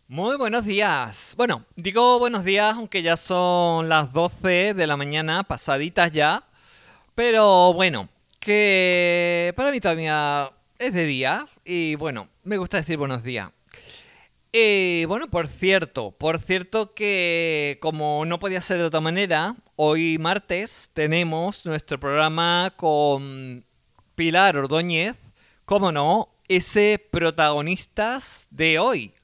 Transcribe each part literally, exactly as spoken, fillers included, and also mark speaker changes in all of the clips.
Speaker 1: Muy buenos días. Bueno, digo buenos días, aunque ya son las doce de la mañana, pasaditas ya. Pero bueno, que para mí todavía es de día. Y bueno, me gusta decir buenos días. Eh, bueno, por cierto, por cierto que como no podía ser de otra manera, hoy martes tenemos nuestro programa con Pilar Ordóñez, como no, ese protagonistas de hoy.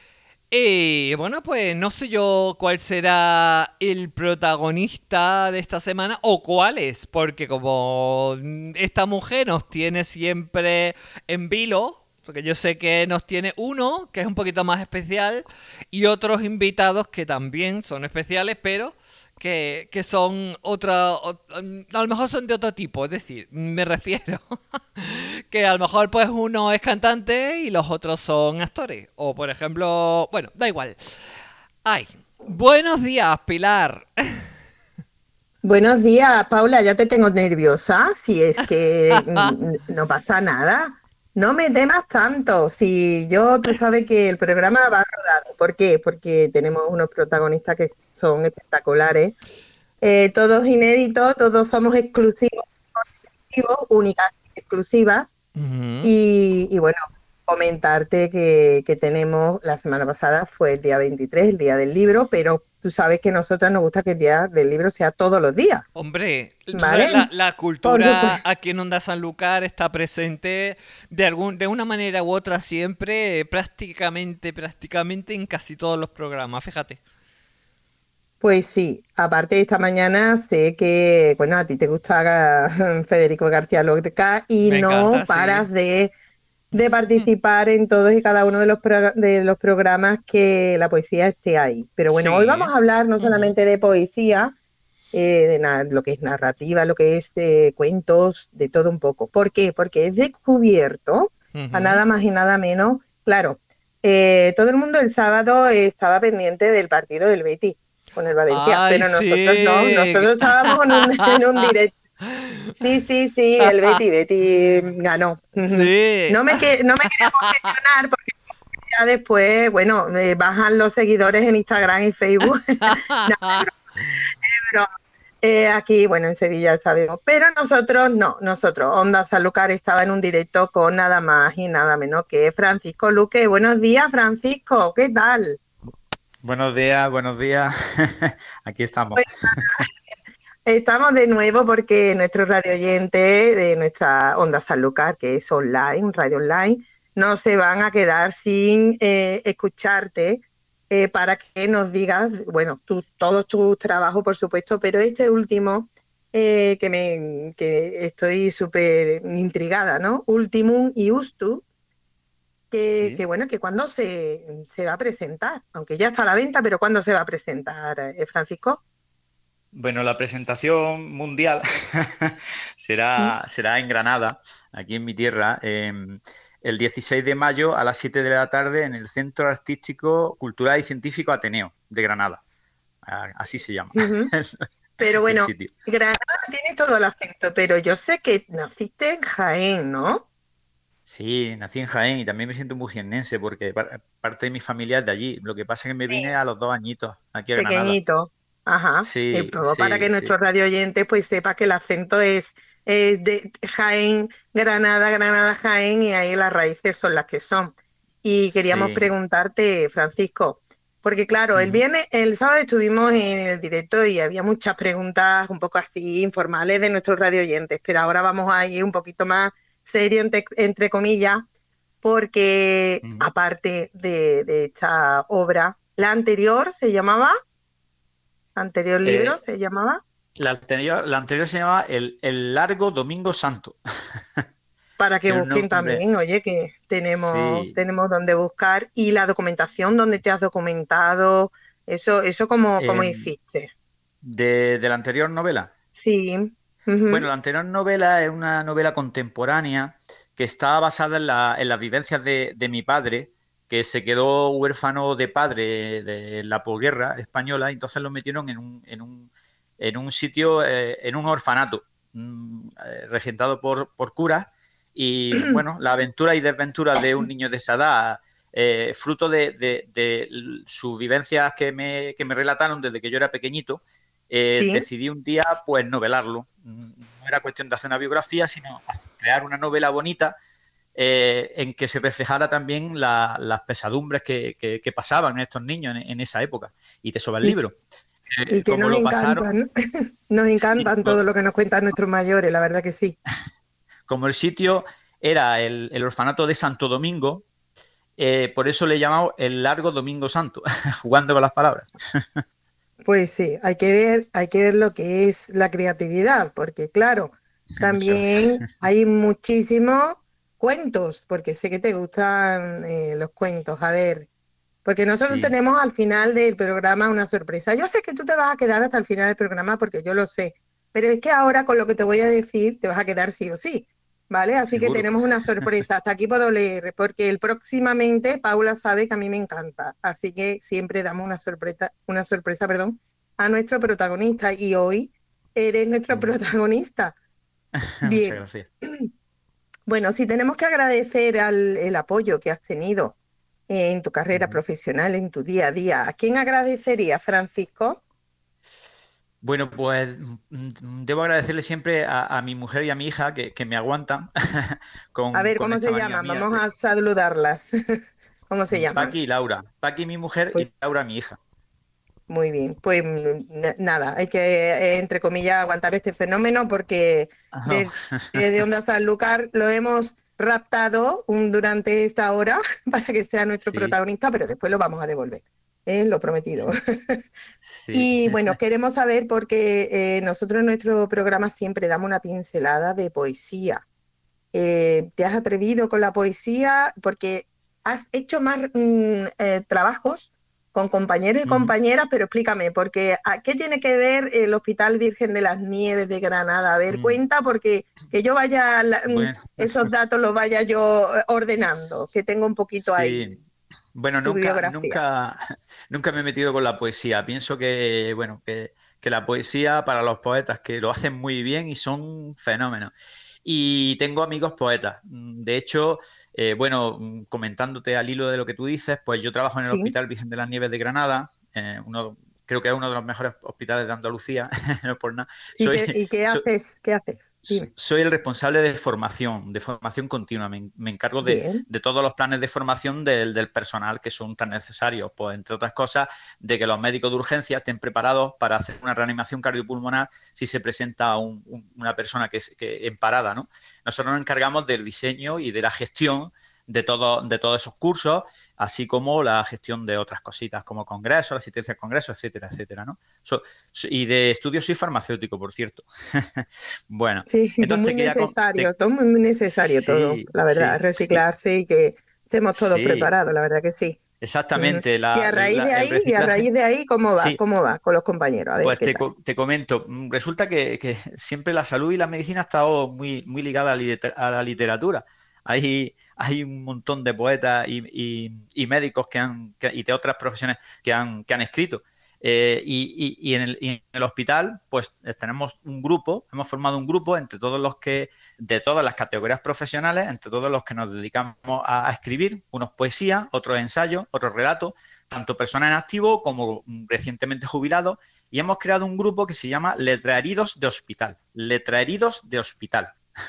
Speaker 1: Eh, bueno, pues no sé yo cuál será el protagonista de esta semana o cuál es, porque como esta mujer nos tiene siempre en vilo, porque yo sé que nos tiene uno que es un poquito más especial y otros invitados que también son especiales, pero que, que son otra, o- a lo mejor son de otro tipo, es decir, me refiero que a lo mejor pues uno es cantante y los otros son actores. O por ejemplo, bueno, da igual. Ay, buenos días, Pilar.
Speaker 2: Buenos días, Paula, ya te tengo nerviosa, si es que mm, no pasa nada. No me temas tanto, si yo, tú sabes que el programa va a rodar. ¿Por qué? Porque tenemos unos protagonistas que son espectaculares, eh, todos inéditos, todos somos exclusivos, únicas, exclusivas.
Speaker 1: Ujú.
Speaker 2: Y, y bueno, comentarte que, que tenemos, la semana pasada fue el día veintitrés, el día del libro, pero tú sabes que a nosotras nos gusta que el día del libro sea todos los días,
Speaker 1: Hombre, tú sabes, la,
Speaker 2: ¿vale?
Speaker 1: la
Speaker 2: Por
Speaker 1: cultura
Speaker 2: supuesto.
Speaker 1: aquí en Onda Sanlúcar está presente de algún, de una manera u otra siempre, prácticamente, prácticamente en casi todos los programas, fíjate.
Speaker 2: Pues sí, aparte esta mañana sé que, bueno, a ti te gusta Federico García Lorca y
Speaker 1: Me
Speaker 2: no
Speaker 1: encanta, sí.
Speaker 2: paras de, de participar en todos y cada uno de los, pro- de los programas que la poesía esté ahí. Pero bueno, hoy vamos
Speaker 1: Sí.
Speaker 2: a hablar no
Speaker 1: Ujú,
Speaker 2: solamente de poesía, eh, de na- lo que es narrativa, lo que es eh, cuentos, de todo un poco. ¿Por qué? Porque he descubierto a
Speaker 1: ujú.
Speaker 2: nada más y nada menos, claro, eh, todo el mundo el sábado estaba pendiente del partido del Betis con el Valencia,
Speaker 1: Ay,
Speaker 2: pero nosotros no,
Speaker 1: sí.
Speaker 2: nosotros estábamos en un, en un directo. Sí, sí, sí, el Betty, Betty ganó.
Speaker 1: Sí.
Speaker 2: No me, que, no me quería posicionar porque ya después, bueno, eh, bajan los seguidores en Instagram y Facebook. No, pero eh, aquí, bueno, en Sevilla sabemos. Pero nosotros no, nosotros, Onda Sanlúcar estaba en un directo con nada más y nada menos que Francisco Luque. Buenos días, Francisco, ¿qué tal?
Speaker 3: Buenos días, buenos días. Aquí estamos.
Speaker 2: Pues estamos de nuevo porque nuestro radio oyente de nuestra Onda Sanlúcar, que es online, radio online, no se van a quedar sin eh, escucharte eh, para que nos digas, bueno, tu, todos tus trabajos, por supuesto, pero este último, eh, que, me, que estoy súper intrigada, ¿no? Ultimum y Ustu, que, que
Speaker 3: Sí.
Speaker 2: bueno, que cuándo se, se va a presentar, aunque ya está a la venta, pero ¿cuándo se va a presentar, eh, Francisco?
Speaker 3: Bueno, la presentación mundial
Speaker 2: ¿Mm?
Speaker 3: será, será en Granada, aquí en mi tierra, em, el dieciséis de mayo a las siete de la tarde en el Centro Artístico, Cultural y Científico Ateneo de Granada. Ah, así se llama
Speaker 2: Ujú.
Speaker 3: el,
Speaker 2: Pero
Speaker 3: el
Speaker 2: bueno,
Speaker 3: sitio.
Speaker 2: Granada tiene todo el acento, pero yo sé que naciste en Jaén, ¿no?
Speaker 3: Sí, nací en Jaén y también me siento muy jiennense porque par- parte de mi familia es de allí. Lo que pasa es que me vine
Speaker 2: Sí.
Speaker 3: a los dos añitos aquí a Granada.
Speaker 2: Pequeñito. Ajá. Eh,
Speaker 3: Sí,
Speaker 2: todo para
Speaker 3: sí,
Speaker 2: que
Speaker 3: sí.
Speaker 2: nuestro radio oyente pues sepa que el acento es, es de Jaén, Granada, Granada, Jaén y ahí las raíces son las que son. Y queríamos
Speaker 3: Sí.
Speaker 2: preguntarte, Francisco, porque claro, el
Speaker 3: Ujú.
Speaker 2: viernes, el sábado estuvimos en el directo y había muchas preguntas un poco así informales de nuestros radio oyentes, pero ahora vamos a ir un poquito más serio, entre, entre comillas, porque
Speaker 3: Ujú.
Speaker 2: aparte de, de esta obra, la anterior se llamaba, anterior libro
Speaker 3: Eh,
Speaker 2: se llamaba,
Speaker 3: La anterior, la anterior se llamaba el, el Largo Domingo Santo.
Speaker 2: para que
Speaker 3: Tiene un
Speaker 2: busquen
Speaker 3: nombre.
Speaker 2: también, oye, que tenemos,
Speaker 3: Sí.
Speaker 2: tenemos donde buscar, y la documentación, donde te has documentado, eso, eso como, como
Speaker 3: Em,
Speaker 2: hiciste.
Speaker 3: de, de la anterior novela.
Speaker 2: Sí,
Speaker 3: Bueno,
Speaker 2: ujú,
Speaker 3: la anterior novela es una novela contemporánea que está basada en, la- en las vivencias de, de mi padre, que se quedó huérfano de padre de la posguerra española, y entonces lo metieron en un, en un, en un sitio, eh, en un orfanato, mm, eh, regentado por, por curas. Y bueno, la aventura y desventura de un niño de esa edad, eh, fruto de, de, de sus vivencias que me, que me relataron desde que yo era pequeñito. Eh,
Speaker 2: Sí.
Speaker 3: decidí un día pues novelarlo. No era cuestión de hacer una biografía, sino crear una novela bonita eh, en que se reflejara también la, las pesadumbres que, que, que pasaban estos niños en, en esa época. Y te sobra el
Speaker 2: Y,
Speaker 3: libro.
Speaker 2: y
Speaker 3: Eh,
Speaker 2: que
Speaker 3: como
Speaker 2: nos
Speaker 3: lo pasaron,
Speaker 2: encantan, nos
Speaker 3: sí,
Speaker 2: encantan todo lo que nos cuentan nuestros mayores, la verdad que sí.
Speaker 3: como el sitio era el, el orfanato de Santo Domingo, eh, por eso le he llamado el Largo Domingo Santo, jugando con las palabras.
Speaker 2: Pues sí, hay que ver, hay que ver lo que es la creatividad, porque claro,
Speaker 3: Muchas gracias.
Speaker 2: también hay muchísimos cuentos, porque sé que te gustan eh, los cuentos. A ver, porque nosotros
Speaker 3: Sí,
Speaker 2: tenemos al final del programa una sorpresa. Yo sé que tú te vas a quedar hasta el final del programa porque yo lo sé, pero es que ahora con lo que te voy a decir te vas a quedar sí o sí, ¿vale? Así que
Speaker 3: seguro.
Speaker 2: tenemos una sorpresa. Hasta aquí puedo leer, porque el próximamente Paula sabe que a mí me encanta, así que siempre damos una sorpresa, una sorpresa, perdón, a nuestro protagonista y hoy eres nuestro protagonista.
Speaker 3: Muchas
Speaker 2: Bien,
Speaker 3: gracias.
Speaker 2: bueno, sí tenemos que agradecer al, el apoyo que has tenido en tu carrera
Speaker 3: Ujú.
Speaker 2: profesional, en tu día a día. ¿A quién agradecería, Francisco?
Speaker 3: Bueno, pues mm, debo agradecerle siempre a, a mi mujer y a mi hija que, que me aguantan
Speaker 2: A
Speaker 3: con,
Speaker 2: ver,
Speaker 3: con
Speaker 2: ¿cómo
Speaker 3: esta
Speaker 2: se
Speaker 3: manía
Speaker 2: llaman?
Speaker 3: mía.
Speaker 2: Vamos
Speaker 3: De,
Speaker 2: a saludarlas. ¿Cómo se
Speaker 3: mm,
Speaker 2: llaman?
Speaker 3: Paqui y Laura. Paqui mi mujer
Speaker 2: Pues
Speaker 3: y Laura mi hija.
Speaker 2: muy bien. Pues mm, nada, hay que, eh, entre comillas, aguantar este fenómeno porque
Speaker 3: Ajá.
Speaker 2: desde de Onda Sanlúcar lo hemos raptado un, durante esta hora para que sea nuestro
Speaker 3: Sí,
Speaker 2: protagonista, pero después lo vamos a devolver. ¿Eh? Lo prometido.
Speaker 3: sí, sí.
Speaker 2: Y bueno, queremos saber porque eh, nosotros en nuestro programa siempre damos una pincelada de poesía. Eh, ¿te has atrevido con la poesía? Porque has hecho más mm, eh, trabajos con compañeros y
Speaker 3: Ujú.
Speaker 2: compañeras, pero explícame, porque ¿a qué tiene que ver el Hospital Virgen de las Nieves de Granada? A ver,
Speaker 3: Mm,
Speaker 2: cuenta, porque que yo vaya, la- mm,
Speaker 3: Bueno,
Speaker 2: esos datos los vaya yo eh, ordenando, que tengo un poquito
Speaker 3: sí.
Speaker 2: ahí
Speaker 3: Bueno,
Speaker 2: tu
Speaker 3: nunca,
Speaker 2: biografía.
Speaker 3: nunca, nunca me he metido con la poesía. Pienso que, bueno, que, que la poesía para los poetas que lo hacen muy bien y son fenómenos. Y tengo amigos poetas. Mm, De hecho, eh, bueno, mm, comentándote al hilo de lo que tú dices, pues yo trabajo en el
Speaker 2: Sí,
Speaker 3: Hospital Virgen de las Nieves de Granada, eh, uno, creo que es uno de los mejores hospitales de Andalucía, no por nada.
Speaker 2: sí,
Speaker 3: Soy,
Speaker 2: que, ¿y qué
Speaker 3: soy,
Speaker 2: haces? ¿Qué haces? Dime.
Speaker 3: soy el responsable de formación, de formación continua. Me, me encargo de,
Speaker 2: Bien.
Speaker 3: de, todos los planes de formación del, del, personal que son tan necesarios. Pues, entre otras cosas, de que los médicos de urgencia estén preparados para hacer una reanimación cardiopulmonar si se presenta un, un, una persona que, es, que en parada, ¿no? Nosotros nos encargamos del diseño y de la gestión de, todo, de todos esos cursos, así como la gestión de otras cositas como congresos, la asistencia a congresos, etcétera, etcétera, ¿no? So, y de estudio soy farmacéutico, por cierto. Bueno,
Speaker 2: Sí,
Speaker 3: entonces
Speaker 2: muy
Speaker 3: te quería...
Speaker 2: necesario,
Speaker 3: Te,
Speaker 2: todo muy necesario todo,
Speaker 3: sí,
Speaker 2: la verdad,
Speaker 3: sí. Y,
Speaker 2: reciclarse y que estemos todos
Speaker 3: sí,
Speaker 2: preparados, la verdad que sí. Ujú.
Speaker 3: exactamente.
Speaker 2: Y
Speaker 3: La,
Speaker 2: a raíz
Speaker 3: la,
Speaker 2: de
Speaker 3: el
Speaker 2: ahí, y a
Speaker 3: reciclaje.
Speaker 2: raíz de ahí, ¿cómo va?
Speaker 3: Sí,
Speaker 2: ¿Cómo va con los compañeros? A ver,
Speaker 3: pues
Speaker 2: ¿qué
Speaker 3: te,
Speaker 2: tal?
Speaker 3: te comento. Resulta que, que, siempre la salud y la medicina ha estado muy, muy ligada a, liter, a la literatura. Hay, hay un montón de poetas y, y, y médicos que han, que, y de otras profesiones que han, que han escrito. Eh, y, y, y, en el, y, en el, hospital, pues tenemos un grupo, hemos formado un grupo entre todos los que, de todas las categorías profesionales, entre todos los que nos dedicamos a, a escribir, unos poesías, otros ensayos, otros relatos, tanto personas en activo como recientemente jubilados, y hemos creado un grupo que se llama Letraheridos de Hospital. Letraheridos de Hospital.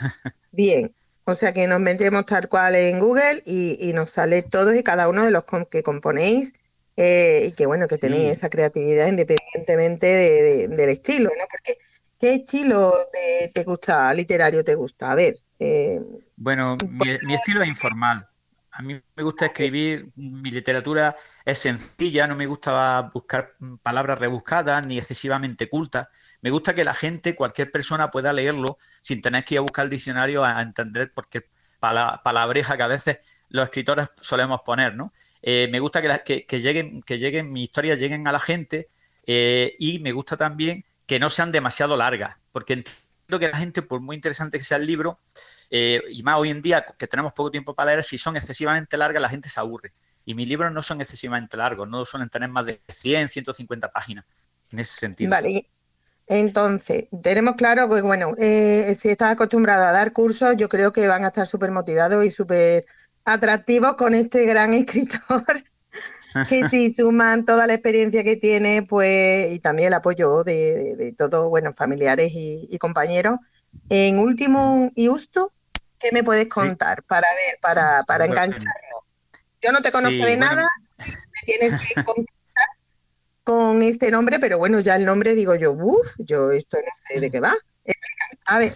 Speaker 2: Bien, o sea que nos metemos tal cual en Google y, y nos sale todos y cada uno de los com- que componéis eh, y que bueno, que tenéis
Speaker 3: Sí,
Speaker 2: esa creatividad independientemente de- de- del estilo, ¿no? Porque, ¿qué estilo te, te gusta, literario te gusta? A ver, eh,
Speaker 3: bueno, mi, mi estilo es informal. A mí me gusta escribir, mi literatura es sencilla, no me gusta buscar palabras rebuscadas ni excesivamente cultas. Me gusta que la gente, cualquier persona pueda leerlo sin tener que ir a buscar el diccionario a, a entender cualquier pala, palabreja que a veces los escritores solemos poner, ¿no? Eh, me gusta que, la, que, que, lleguen, que lleguen, mis historias lleguen a la gente eh, y me gusta también que no sean demasiado largas, porque entiendo que la gente, por muy interesante que sea el libro, eh, y más hoy en día que tenemos poco tiempo para leer, si son excesivamente largas la gente se aburre. Y mis libros no son excesivamente largos, no suelen tener más de cien, ciento cincuenta páginas en ese sentido.
Speaker 2: vale, entonces, tenemos claro que, bueno, eh, si estás acostumbrado a dar cursos, yo creo que van a estar súper motivados y súper atractivos con este gran escritor que si suman toda la experiencia que tiene, pues, y también el apoyo de, de, de todos, bueno, familiares y, y compañeros. En último y justo, ¿qué me puedes
Speaker 3: Sí,
Speaker 2: contar para ver, para, para
Speaker 3: bueno,
Speaker 2: engancharnos? Yo no te conozco
Speaker 3: sí,
Speaker 2: de
Speaker 3: bueno,
Speaker 2: nada, me tienes que contar con este nombre, pero bueno, ya el nombre digo yo, uff, yo esto no sé de qué va. A ver,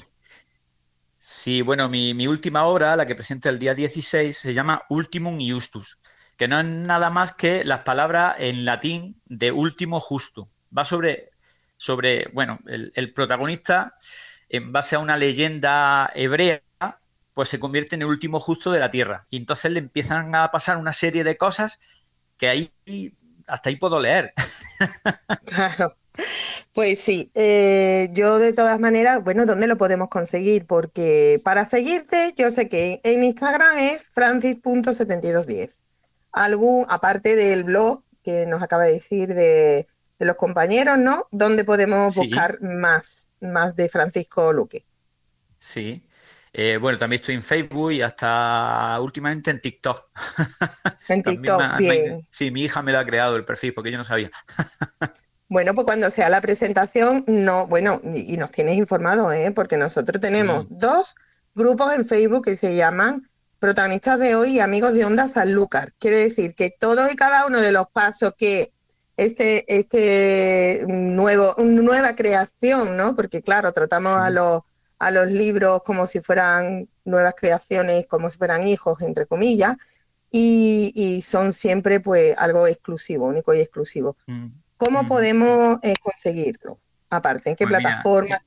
Speaker 3: sí, bueno, mi, mi última obra, la que presenta el día dieciséis, se llama Ultimum Justus, que no es nada más que las palabras en latín de último justo. Va sobre, sobre bueno, el, el protagonista, en base a una leyenda hebrea, pues se convierte en el último justo de la tierra. Y entonces le empiezan a pasar una serie de cosas que ahí, hasta ahí puedo leer.
Speaker 2: claro. Pues sí, eh, yo de todas maneras, bueno, ¿dónde lo podemos conseguir? Porque para seguirte, yo sé que en Instagram es francis punto setenta y dos diez. Algún, aparte del blog que nos acaba de decir de, de los compañeros, ¿no? ¿Dónde podemos
Speaker 3: Sí,
Speaker 2: buscar más, más de Francisco Luque?
Speaker 3: sí. Eh, bueno, también estoy en Facebook y hasta últimamente en TikTok.
Speaker 2: En
Speaker 3: También me
Speaker 2: TikTok,
Speaker 3: ha- me ha-
Speaker 2: bien.
Speaker 3: sí, mi hija me lo ha creado el perfil porque yo no sabía.
Speaker 2: Bueno, pues cuando sea la presentación, no, bueno, y, y nos tienes informado, ¿eh? Porque nosotros tenemos
Speaker 3: Sí,
Speaker 2: dos grupos en Facebook que se llaman Protagonistas de Hoy y Amigos de Onda Sanlúcar. Quiere decir que todos y cada uno de los pasos que este, este nuevo, una nueva creación, ¿no? Porque claro, tratamos a
Speaker 3: sí.
Speaker 2: los, a los libros como si fueran nuevas creaciones, como si fueran hijos, entre comillas, y, y son siempre pues algo exclusivo, único y exclusivo.
Speaker 3: Mm,
Speaker 2: ¿Cómo
Speaker 3: ujú.
Speaker 2: podemos eh, conseguirlo? Aparte, ¿en qué
Speaker 3: Pues mira,
Speaker 2: plataforma?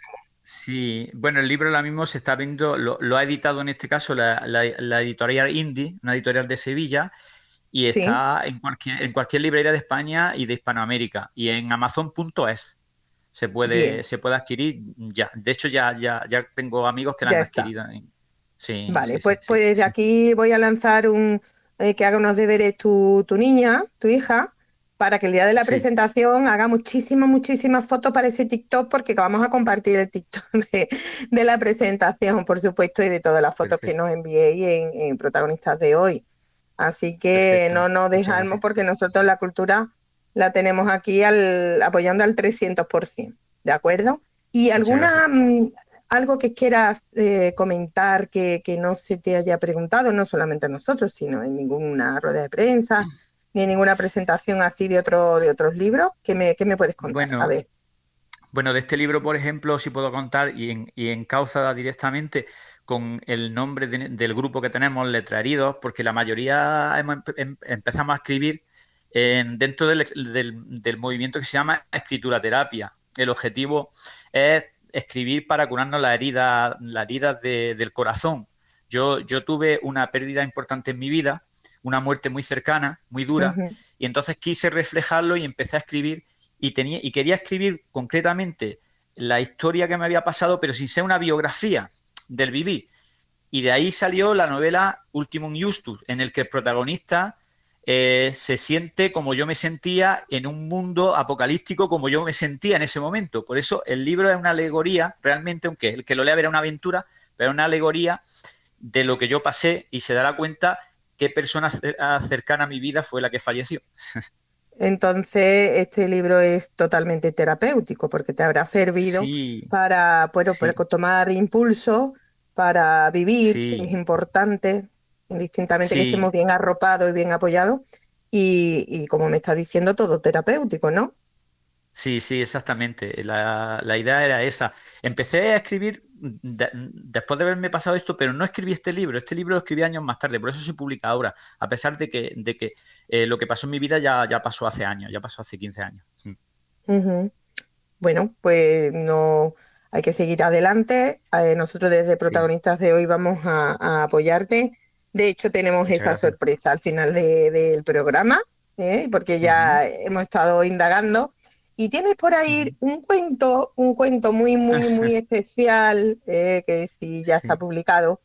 Speaker 3: sí, bueno, el libro ahora mismo se está viendo, lo, lo ha editado en este caso la, la- la editorial Indie, una editorial de Sevilla, y
Speaker 2: Sí,
Speaker 3: está en cualquier, en cualquier librería de España y de Hispanoamérica, y en amazon punto es se puede,
Speaker 2: bien,
Speaker 3: se puede adquirir ya. De hecho, ya, ya, ya tengo amigos que la
Speaker 2: ya
Speaker 3: han
Speaker 2: está.
Speaker 3: adquirido. en- Sí,
Speaker 2: Vale,
Speaker 3: sí, sí,
Speaker 2: pues,
Speaker 3: sí,
Speaker 2: pues desde
Speaker 3: sí.
Speaker 2: aquí voy a lanzar un eh, que haga unos deberes tu, tu niña, tu hija, para que el día de la
Speaker 3: Sí,
Speaker 2: presentación haga muchísimas, muchísimas fotos para ese TikTok, porque vamos a compartir el TikTok de, de la presentación, por supuesto, y de todas las fotos que
Speaker 3: perfecto,
Speaker 2: nos enviéis en, en Protagonistas de Hoy. Así que
Speaker 3: perfecto.
Speaker 2: no nos
Speaker 3: Muchas
Speaker 2: dejamos
Speaker 3: gracias.
Speaker 2: porque nosotros la cultura la tenemos aquí al, apoyando al trescientos por ciento, ¿de acuerdo? ¿Y
Speaker 3: Muchas gracias.
Speaker 2: alguna mm, algo que quieras eh, comentar que, que no se te haya preguntado, no solamente a nosotros, sino en ninguna rueda de prensa, ni en ninguna presentación así de otro, de otros libros? ¿Qué me, qué me puedes contar? A
Speaker 3: Bueno,
Speaker 2: ver,
Speaker 3: bueno, de este libro, por ejemplo, sí puedo contar y, en, y encauza directamente con el nombre de- del grupo que tenemos, Letra Heridos, porque la mayoría hemos empe- em- empezamos a escribir en- dentro del, del- del movimiento que se llama escritura terapia. El objetivo es escribir para curarnos las heridas, las heridas de- del corazón. Yo, yo tuve una pérdida importante en mi vida, una muerte muy cercana, muy dura,
Speaker 2: ujú,
Speaker 3: y entonces quise reflejarlo y empecé a escribir y, tenía, y quería escribir concretamente la historia que me había pasado, pero sin ser una biografía del vivir. Y de ahí salió la novela Ultimum Justus, en el que el protagonista eh, se siente como yo me sentía en un mundo apocalíptico, como yo me sentía en ese momento. Por eso el libro es una alegoría, realmente, aunque el que lo lea verá una aventura, pero es una alegoría de lo que yo pasé y se dará cuenta qué persona cercana a mi vida fue la que falleció.
Speaker 2: entonces, este libro es totalmente terapéutico porque te habrá servido
Speaker 3: Sí,
Speaker 2: para, bueno, para
Speaker 3: sí,
Speaker 2: tomar impulso, para vivir, que es
Speaker 3: sí,
Speaker 2: importante, indistintamente que estemos
Speaker 3: sí.
Speaker 2: bien arropados y bien apoyados. Y, y como me está diciendo, todo terapéutico, ¿no?
Speaker 3: Sí, sí, exactamente. La, la idea era esa. Empecé a escribir de- después de haberme pasado esto, pero no escribí este libro. Este libro lo escribí años más tarde, por eso se publica ahora, a pesar de que, de que eh, lo que pasó en mi vida ya, ya pasó hace años, ya pasó hace quince años. Mm.
Speaker 2: Ujú. Bueno, pues no hay que seguir adelante. Eh, nosotros desde
Speaker 3: Sí,
Speaker 2: Protagonistas de Hoy vamos a, a apoyarte. De hecho, tenemos
Speaker 3: muchas
Speaker 2: esa
Speaker 3: gracias.
Speaker 2: sorpresa al final de- del programa, ¿eh? Porque
Speaker 3: Ujú,
Speaker 2: ya hemos estado indagando. Y tienes por
Speaker 3: ujú.
Speaker 2: ahí un cuento, un cuento muy, muy, muy especial, eh, que sí ya está
Speaker 3: Sí,
Speaker 2: publicado.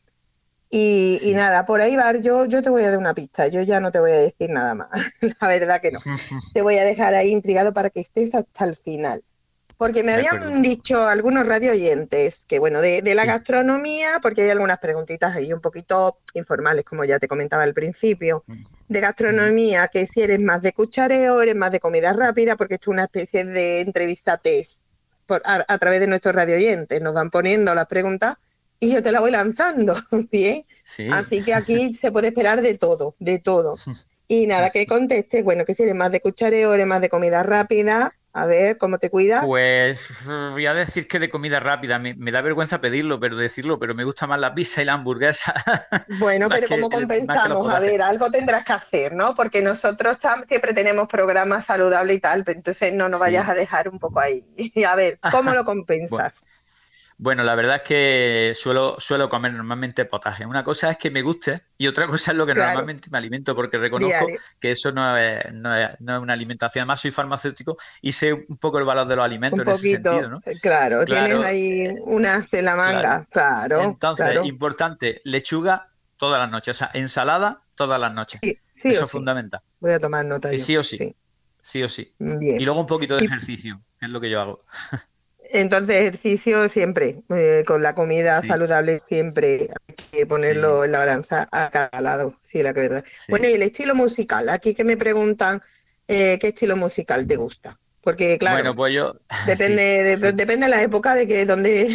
Speaker 2: Y, y
Speaker 3: sí.
Speaker 2: nada, por ahí va, yo, yo te voy a dar una pista, yo ya no te voy a decir nada más, la verdad que no. Te voy a dejar ahí intrigado para que estés hasta el final. Porque me
Speaker 3: De
Speaker 2: habían
Speaker 3: acuerdo.
Speaker 2: dicho algunos radio oyentes que, bueno, de, de la
Speaker 3: Sí.
Speaker 2: gastronomía, porque hay algunas preguntitas ahí un poquito informales, como ya te comentaba al principio,
Speaker 3: Mm.
Speaker 2: de
Speaker 3: Ujú.
Speaker 2: gastronomía, que si eres más de cuchareo, eres más de comida rápida, porque esto es una especie de entrevista test por, a, a través de nuestros radio oyentes. Nos van poniendo las preguntas y yo te las voy lanzando, ¿bien?
Speaker 3: Sí.
Speaker 2: Así que aquí se puede esperar de todo, de todo. Y nada, que conteste, bueno, que si eres más de cuchareo, eres más de comida rápida, a ver, ¿cómo te cuidas?
Speaker 3: Pues eh, voy a decir que de comida rápida, me, me da vergüenza pedirlo, pero decirlo, pero me gusta más la pizza y la hamburguesa
Speaker 2: Bueno,
Speaker 3: más
Speaker 2: pero
Speaker 3: que,
Speaker 2: ¿cómo
Speaker 3: el- más que los
Speaker 2: compensamos? A
Speaker 3: potajes.
Speaker 2: ver, algo tendrás que hacer, ¿no? Porque nosotros tam- siempre tenemos programas saludables y tal, pero entonces no nos vayas
Speaker 3: Sí.
Speaker 2: a dejar un poco ahí. A ver, ¿cómo lo
Speaker 3: Bueno,
Speaker 2: compensas?
Speaker 3: bueno, la verdad es que suelo, suelo comer normalmente potaje. Una cosa es que me guste y otra cosa es lo que
Speaker 2: Claro,
Speaker 3: normalmente me alimento, porque reconozco
Speaker 2: diario.
Speaker 3: que eso no es, no es, no es una alimentación. Además, soy farmacéutico y sé un poco el valor de los alimentos
Speaker 2: Un
Speaker 3: en ese sentido,
Speaker 2: poquito,
Speaker 3: ¿no?
Speaker 2: eh, claro, tienes
Speaker 3: Claro,
Speaker 2: ahí
Speaker 3: eh,
Speaker 2: unas en la
Speaker 3: claro.
Speaker 2: manga, claro,
Speaker 3: Entonces,
Speaker 2: claro.
Speaker 3: importante, lechuga todas las noches, o sea, ensalada todas las noches.
Speaker 2: Sí, sí o
Speaker 3: Eso es
Speaker 2: sí.
Speaker 3: fundamental.
Speaker 2: Voy a tomar nota
Speaker 3: Eh,
Speaker 2: yo,
Speaker 3: Sí o sí,
Speaker 2: sí.
Speaker 3: sí o sí. Y
Speaker 2: Bien.
Speaker 3: luego un poquito de
Speaker 2: Y
Speaker 3: ejercicio, que es lo que yo hago.
Speaker 2: entonces ejercicio siempre, eh, con la comida
Speaker 3: Sí,
Speaker 2: saludable siempre hay que
Speaker 3: sí,
Speaker 2: ponerlo en la balanza a cada lado, sí, la verdad. Bueno,
Speaker 3: sí.
Speaker 2: y el estilo musical, aquí que me preguntan eh, qué estilo musical te gusta, porque
Speaker 3: Bueno,
Speaker 2: claro,
Speaker 3: pues yo,
Speaker 2: depende
Speaker 3: sí,
Speaker 2: de,
Speaker 3: sí,
Speaker 2: depende de la época de que donde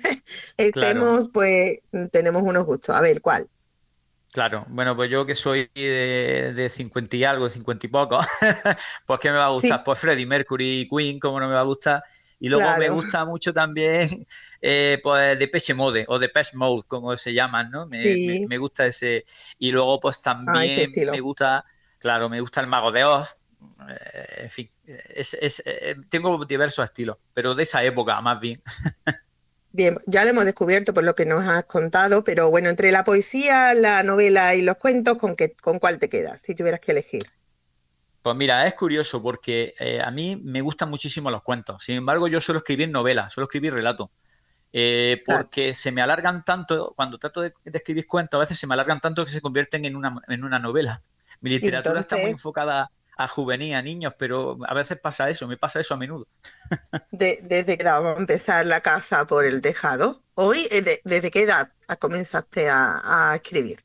Speaker 3: claro,
Speaker 2: estemos, pues tenemos unos gustos. A ver, ¿cuál?
Speaker 3: claro. Bueno, pues yo que soy de, de cincuenta y algo, de cincuenta y poco, pues ¿qué me va a gustar?
Speaker 2: Sí,
Speaker 3: Pues Freddie Mercury, Queen, ¿cómo no me va a gustar? Y luego me
Speaker 2: claro,
Speaker 3: gusta mucho también, eh, pues Depeche Mode o Depeche Mode, como se llaman, ¿no? Me, me,
Speaker 2: sí,
Speaker 3: me gusta ese. Y luego, pues
Speaker 2: a ese
Speaker 3: también me
Speaker 2: estilo.
Speaker 3: gusta, claro, me gusta el Mago de Oz. Eh, en fin, es, es, eh, tengo diversos estilos, pero de esa época más bien.
Speaker 2: Bien, ya lo hemos descubierto por lo que nos has contado, pero bueno, entre la poesía, la novela y los cuentos, ¿con qué, con cuál te quedas, si tuvieras que elegir?
Speaker 3: Pues mira, es curioso porque eh, a mí me gustan muchísimo los cuentos. Sin embargo, yo suelo escribir novelas, suelo escribir relatos. Eh,
Speaker 2: Claro.
Speaker 3: porque se me alargan tanto, cuando trato de, de escribir cuentos, a veces se me alargan tanto que se convierten en una, en una novela. Mi
Speaker 2: Y
Speaker 3: literatura está muy
Speaker 2: entonces,
Speaker 3: enfocada a juvenil, a niños, pero a veces pasa eso, me pasa eso a menudo.
Speaker 2: de- desde que vamos a empezar la casa por el tejado, hoy, eh, de- ¿desde qué edad comenzaste a, a escribir?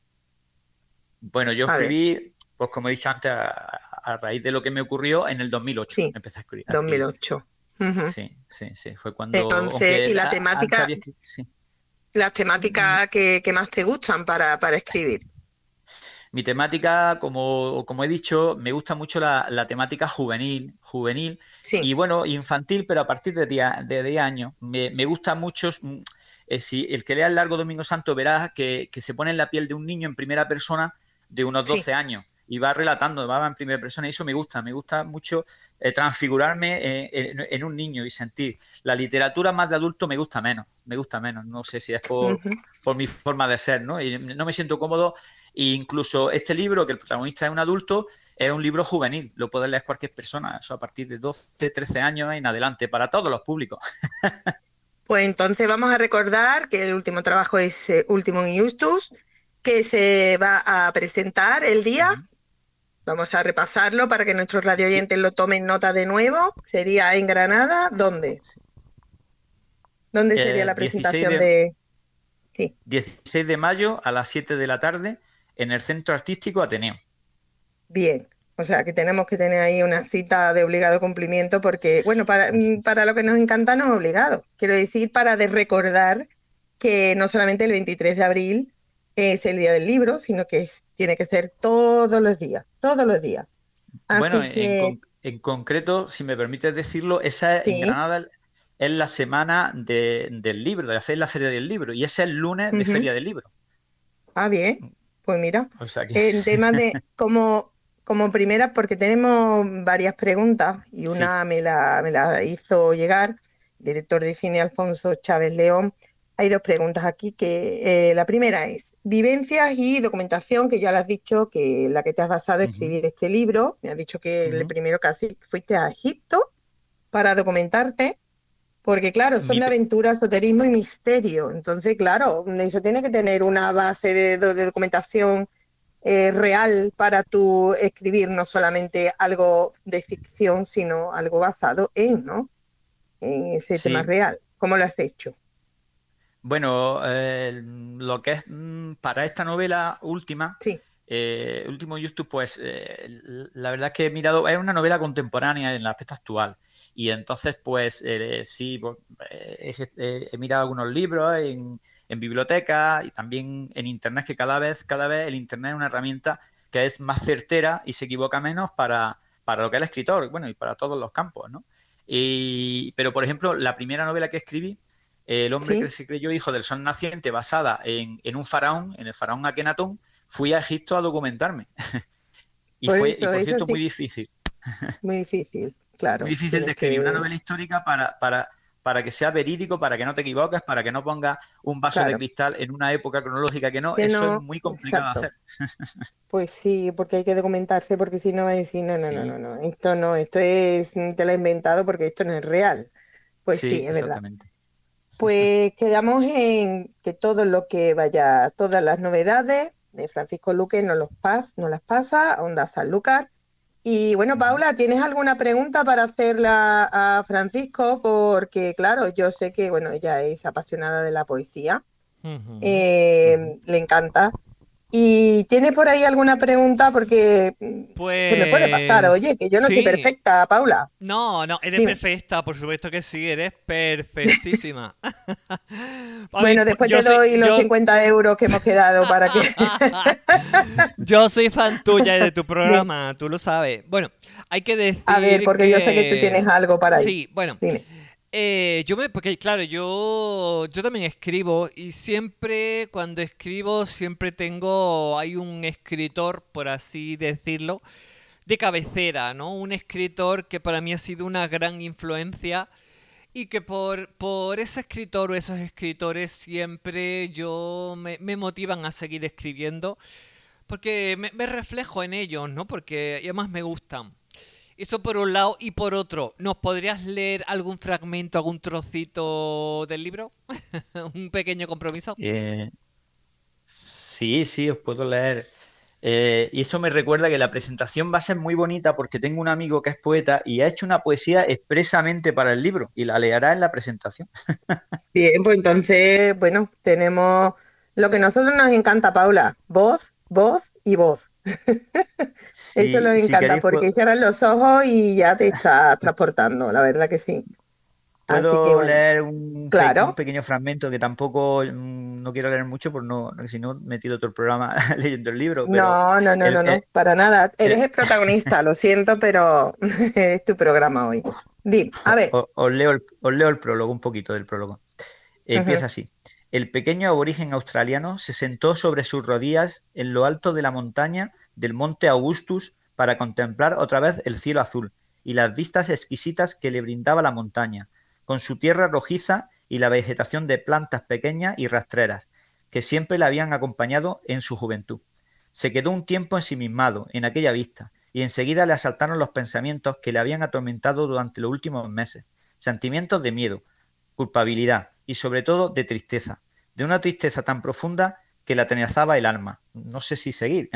Speaker 3: Bueno, yo
Speaker 2: A ver,
Speaker 3: escribí, pues como he dicho antes, a, a raíz de lo que me ocurrió en el dos mil ocho.
Speaker 2: sí,
Speaker 3: Empecé a escribir. A escribir.
Speaker 2: dos mil ocho. Ujú.
Speaker 3: Sí, sí, sí. Fue cuando,
Speaker 2: Entonces,
Speaker 3: aunque
Speaker 2: ¿y la
Speaker 3: a- antes
Speaker 2: temática,
Speaker 3: había escrito, sí.
Speaker 2: las temáticas que, que más te gustan para, para escribir?
Speaker 3: Mi temática, como, como he dicho, me gusta mucho la, la temática juvenil, juvenil
Speaker 2: Sí,
Speaker 3: y bueno, infantil, pero a partir de diez de diez años. Me, me gusta mucho, mm, eh, si el que lea el Largo Domingo Santo verá que, que se pone en la piel de un niño en primera persona de unos
Speaker 2: sí.
Speaker 3: doce años y va relatando, va en primera persona y eso me gusta, me gusta mucho eh, transfigurarme eh, en, en un niño y sentir. La literatura más de adulto me gusta menos, me gusta menos, no sé si es por,
Speaker 2: Ujú.
Speaker 3: por mi forma de ser, ¿no? Y no me siento cómodo. E incluso este libro, que el protagonista es un adulto, es un libro juvenil. Lo puede leer cualquier persona, eso a partir de doce, trece años en adelante, para todos los públicos.
Speaker 2: Pues entonces vamos a recordar que el último trabajo es eh, Ultimum Justus, que se va a presentar el día.
Speaker 3: Ujú.
Speaker 2: Vamos a repasarlo para que nuestros radio
Speaker 3: Sí,
Speaker 2: oyentes lo tomen nota de nuevo. Sería en Granada. ¿Dónde?
Speaker 3: sí.
Speaker 2: ¿Dónde sería
Speaker 3: Eh,
Speaker 2: la
Speaker 3: dieciséis
Speaker 2: presentación
Speaker 3: de,
Speaker 2: de...? Sí,
Speaker 3: dieciséis de mayo a las siete de la tarde en el Centro Artístico Ateneo.
Speaker 2: bien. O sea, que tenemos que tener ahí una cita de obligado cumplimiento porque, bueno, para, mm, para lo que nos encanta no es obligado. Quiero decir, para de recordar que no solamente el veintitrés de abril es el día del libro, sino que es- tiene que ser todos los días, todos los días.
Speaker 3: Bueno,
Speaker 2: Así
Speaker 3: en,
Speaker 2: que
Speaker 3: con- en concreto, si me permites decirlo, esa en
Speaker 2: sí,
Speaker 3: Granada es la semana de- del libro, de la fe es la Feria del Libro, y ese es el lunes de
Speaker 2: ujú.
Speaker 3: Feria del Libro.
Speaker 2: Ah, bien, pues mira,
Speaker 3: O sea que
Speaker 2: en temas de como, como primera, porque tenemos varias preguntas y
Speaker 3: sí.
Speaker 2: una me la, me la hizo llegar, director de cine Alfonso Chávez León. Hay dos preguntas aquí que eh, la primera es vivencias y documentación, que ya le has dicho que la que te has basado en
Speaker 3: Ujú,
Speaker 2: escribir este libro. Me has dicho que el
Speaker 3: ujú.
Speaker 2: primero casi fuiste a Egipto para documentarte. Porque claro, son
Speaker 3: Mi,
Speaker 2: de
Speaker 3: pe-
Speaker 2: aventura, esoterismo y misterio. Entonces, claro, eso tiene que tener una base de, de- de documentación eh, real para tú escribir no solamente algo de ficción, sino algo basado en, ¿no? en ese tema
Speaker 3: Sí.
Speaker 2: real. ¿Cómo lo has hecho?
Speaker 3: Bueno, eh, lo que es mm, para esta novela última,
Speaker 2: Sí,
Speaker 3: eh, Último Justus, pues eh, la verdad es que he mirado, es una novela contemporánea en el aspecto actual. Y entonces, pues eh, sí, pues, eh, he, he mirado algunos libros en, en bibliotecas y también en internet, que cada vez, cada vez el internet es una herramienta que es más certera y se equivoca menos para, para lo que es el escritor, bueno, y para todos los campos, ¿no? Y, pero, por ejemplo, la primera novela que escribí, El hombre que
Speaker 2: sí,
Speaker 3: se creyó hijo del sol naciente, basada en, en un faraón, en el faraón Akenatón, fui a Egipto a documentarme. Y
Speaker 2: por
Speaker 3: fue, y
Speaker 2: eso,
Speaker 3: por
Speaker 2: eso
Speaker 3: cierto, muy
Speaker 2: sí,
Speaker 3: difícil.
Speaker 2: muy difícil,
Speaker 3: Muy
Speaker 2: claro,
Speaker 3: difícil de
Speaker 2: tienes
Speaker 3: escribir una
Speaker 2: que,
Speaker 3: novela histórica para, para, para que sea verídico, para que no te equivoques, para que no pongas un vaso de
Speaker 2: claro,
Speaker 3: cristal en una época cronológica que no.
Speaker 2: que
Speaker 3: Eso es
Speaker 2: no,
Speaker 3: muy complicado de
Speaker 2: exacto.
Speaker 3: hacer.
Speaker 2: Pues sí, porque hay que documentarse, porque si no va a decir, no, no, no, no,
Speaker 3: Sí,
Speaker 2: no, esto no, esto es, mm, te lo he inventado porque esto no es real. Pues
Speaker 3: sí,
Speaker 2: sí, es verdad.
Speaker 3: exactamente.
Speaker 2: Pues quedamos en que todo lo que vaya, todas las novedades de Francisco Luque nos, los pas, nos las pasa a Onda Sanlúcar. Y bueno,
Speaker 3: Ujú,
Speaker 2: Paula, ¿tienes alguna pregunta para hacerla a Francisco? Porque claro, yo sé que bueno, ella es apasionada de la poesía,
Speaker 1: Ujú.
Speaker 3: ujú.
Speaker 2: eh, le encanta. ¿Y tiene por ahí alguna pregunta? Porque mm, se me puede pasar,
Speaker 1: Pues
Speaker 2: oye, que yo no soy
Speaker 1: sí.
Speaker 2: perfecta, Paula.
Speaker 1: No, no, eres
Speaker 2: Dime.
Speaker 1: perfecta, por supuesto que sí, eres perfectísima. A mí,
Speaker 2: Bueno, después
Speaker 1: yo
Speaker 2: te
Speaker 1: soy,
Speaker 2: doy los
Speaker 1: yo,
Speaker 2: cincuenta euros que hemos quedado para que...
Speaker 1: yo soy fan tuya y de tu
Speaker 2: Dime.
Speaker 1: programa, tú lo sabes. Bueno, hay que
Speaker 2: A ver,
Speaker 1: decir
Speaker 2: porque yo sé que tú
Speaker 1: que
Speaker 2: tienes algo para ahí.
Speaker 1: sí, bueno,
Speaker 2: Dime.
Speaker 1: eh, yo me, porque claro, yo, yo también escribo y siempre cuando escribo siempre tengo, hay un escritor, por así decirlo, de cabecera, ¿no? Un escritor que para mí ha sido una gran influencia y que por, por ese escritor o esos escritores siempre yo me, me motivan a seguir escribiendo porque me, me reflejo en ellos, ¿no? Porque además me gustan. Eso por un lado y por otro, ¿nos podrías leer algún fragmento, algún trocito del libro? Un pequeño compromiso.
Speaker 3: Eh, sí, sí, os puedo leer. Eh, y eso me recuerda que la presentación va a ser muy bonita porque tengo un amigo que es poeta y ha hecho una poesía expresamente para el libro y la leerá en la presentación.
Speaker 2: Bien, pues entonces, bueno, tenemos lo que a nosotros nos encanta, Paula, voz, voz y voz. Eso
Speaker 3: Si,
Speaker 2: nos
Speaker 3: si
Speaker 2: encanta
Speaker 3: queréis,
Speaker 2: porque
Speaker 3: puedo,
Speaker 2: cierras los ojos y ya te está transportando, la verdad que sí. Así que
Speaker 3: puedo
Speaker 2: bueno,
Speaker 3: leer un, pe- un
Speaker 2: claro.
Speaker 3: pequeño fragmento que tampoco mm, no quiero leer mucho, por no, porque si no me tiro todo el programa leyendo el libro, pero
Speaker 2: No, no, no,
Speaker 3: el,
Speaker 2: no,
Speaker 3: el-
Speaker 2: no, para nada. Eres
Speaker 3: el-
Speaker 2: el protagonista, lo siento, pero es tu programa hoy. Dime, a ver.
Speaker 3: o- os leo el, os leo el prólogo, un poquito del prólogo.
Speaker 2: Ujú.
Speaker 3: Empieza así. El pequeño aborigen australiano se sentó sobre sus rodillas en lo alto de la montaña del monte Augustus para contemplar otra vez el cielo azul y las vistas exquisitas que le brindaba la montaña, con su tierra rojiza y la vegetación de plantas pequeñas y rastreras, que siempre le habían acompañado en su juventud. Se quedó un tiempo ensimismado en aquella vista, y enseguida le asaltaron los pensamientos que le habían atormentado durante los últimos meses, sentimientos de miedo, culpabilidad y sobre todo de tristeza, de una tristeza tan profunda que le atenazaba el alma. No sé si seguir.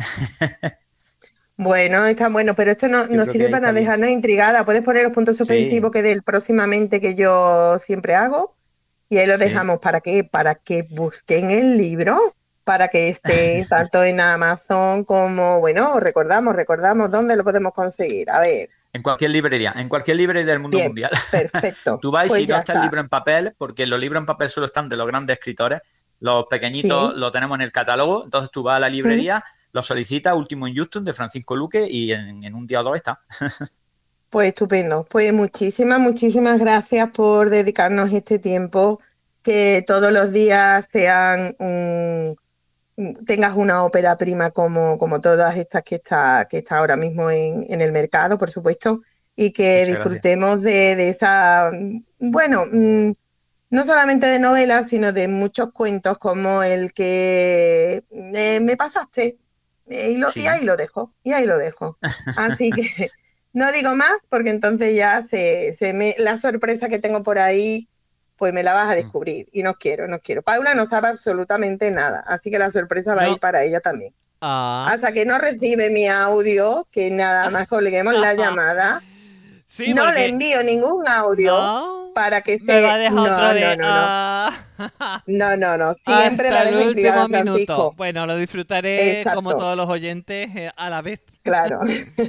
Speaker 2: Bueno, está bueno, pero esto no,
Speaker 3: Yo
Speaker 2: no
Speaker 3: creo que
Speaker 2: sirve
Speaker 3: ahí
Speaker 2: para
Speaker 3: está bien.
Speaker 2: dejarnos intrigada. Puedes poner los puntos suspensivos
Speaker 3: Sí,
Speaker 2: que del próximamente que yo siempre hago y ahí lo
Speaker 3: sí.
Speaker 2: dejamos. ¿Para qué? Para que busquen el libro, para que esté tanto en Amazon como, bueno, recordamos, recordamos dónde lo podemos conseguir. A ver,
Speaker 3: En cualquier librería, en cualquier librería del mundo
Speaker 2: bien,
Speaker 3: mundial.
Speaker 2: perfecto.
Speaker 3: Tú vas y
Speaker 2: Pues
Speaker 3: si no
Speaker 2: ya
Speaker 3: está el
Speaker 2: está.
Speaker 3: libro en papel, porque los libros en papel solo están de los grandes escritores, los pequeñitos
Speaker 2: Sí.
Speaker 3: lo tenemos en el catálogo, entonces tú vas a la
Speaker 2: Mm.
Speaker 3: librería, lo solicitas, Último in Justum de Francisco Luque y en, en un día o dos está.
Speaker 2: Pues estupendo. Pues muchísimas, muchísimas gracias por dedicarnos este tiempo. Que todos los días sean un, tengas una ópera prima como, como todas estas que está, que está ahora mismo en, en el mercado, por supuesto, y que
Speaker 3: Muchas gracias.
Speaker 2: disfrutemos de, de esa, bueno, mm, no solamente de novelas, sino de muchos cuentos como el que eh, me pasaste, eh, y, lo, y
Speaker 3: Sí.
Speaker 2: ahí lo dejo, y ahí lo dejo. Así que no digo más porque entonces ya se, se me, la sorpresa que tengo por ahí, pues me la vas a descubrir y no quiero, no quiero. Paula no sabe absolutamente nada, así que la sorpresa va a
Speaker 1: No.
Speaker 2: ir para ella también.
Speaker 1: Ah.
Speaker 2: Hasta que no recibe mi audio, que nada más colguemos la llamada,
Speaker 1: Sí,
Speaker 2: no le
Speaker 1: porque
Speaker 2: envío ningún audio
Speaker 1: no.
Speaker 2: para que
Speaker 1: Me
Speaker 2: se...
Speaker 1: va a dejar
Speaker 2: No,
Speaker 1: otra
Speaker 2: no,
Speaker 1: vez.
Speaker 2: no, no.
Speaker 1: Ah.
Speaker 2: No, no, no. Siempre
Speaker 1: Hasta
Speaker 2: la
Speaker 1: el
Speaker 2: dejo intrigada,
Speaker 1: último minuto.
Speaker 2: Francisco.
Speaker 1: Bueno, lo disfrutaré como
Speaker 2: Exacto,
Speaker 1: todos los oyentes eh, a la vez.
Speaker 2: claro.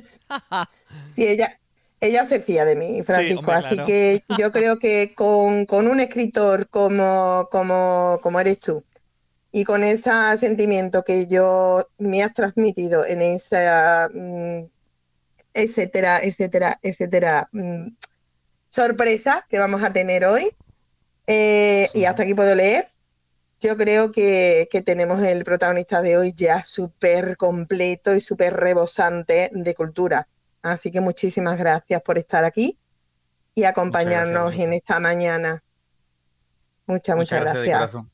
Speaker 2: Sí, ella, ella se fía de mí,
Speaker 1: Sí,
Speaker 2: Francisco.
Speaker 1: hombre,
Speaker 2: Así
Speaker 1: claro.
Speaker 2: que yo creo que con, con un escritor como, como, como eres tú y con ese sentimiento que yo me has transmitido en esa, mm, etcétera, etcétera, etcétera, mm, sorpresa que vamos a tener hoy, eh, y hasta aquí puedo leer. Yo creo que, que tenemos el protagonista de hoy ya súper completo y súper rebosante de cultura. Así que muchísimas gracias por estar aquí y
Speaker 3: Muchas gracias a
Speaker 2: acompañarnos en
Speaker 3: vosotros.
Speaker 2: esta mañana. Muchas,
Speaker 3: Muchas
Speaker 2: muchas
Speaker 3: gracias de
Speaker 2: gracias.
Speaker 3: corazón.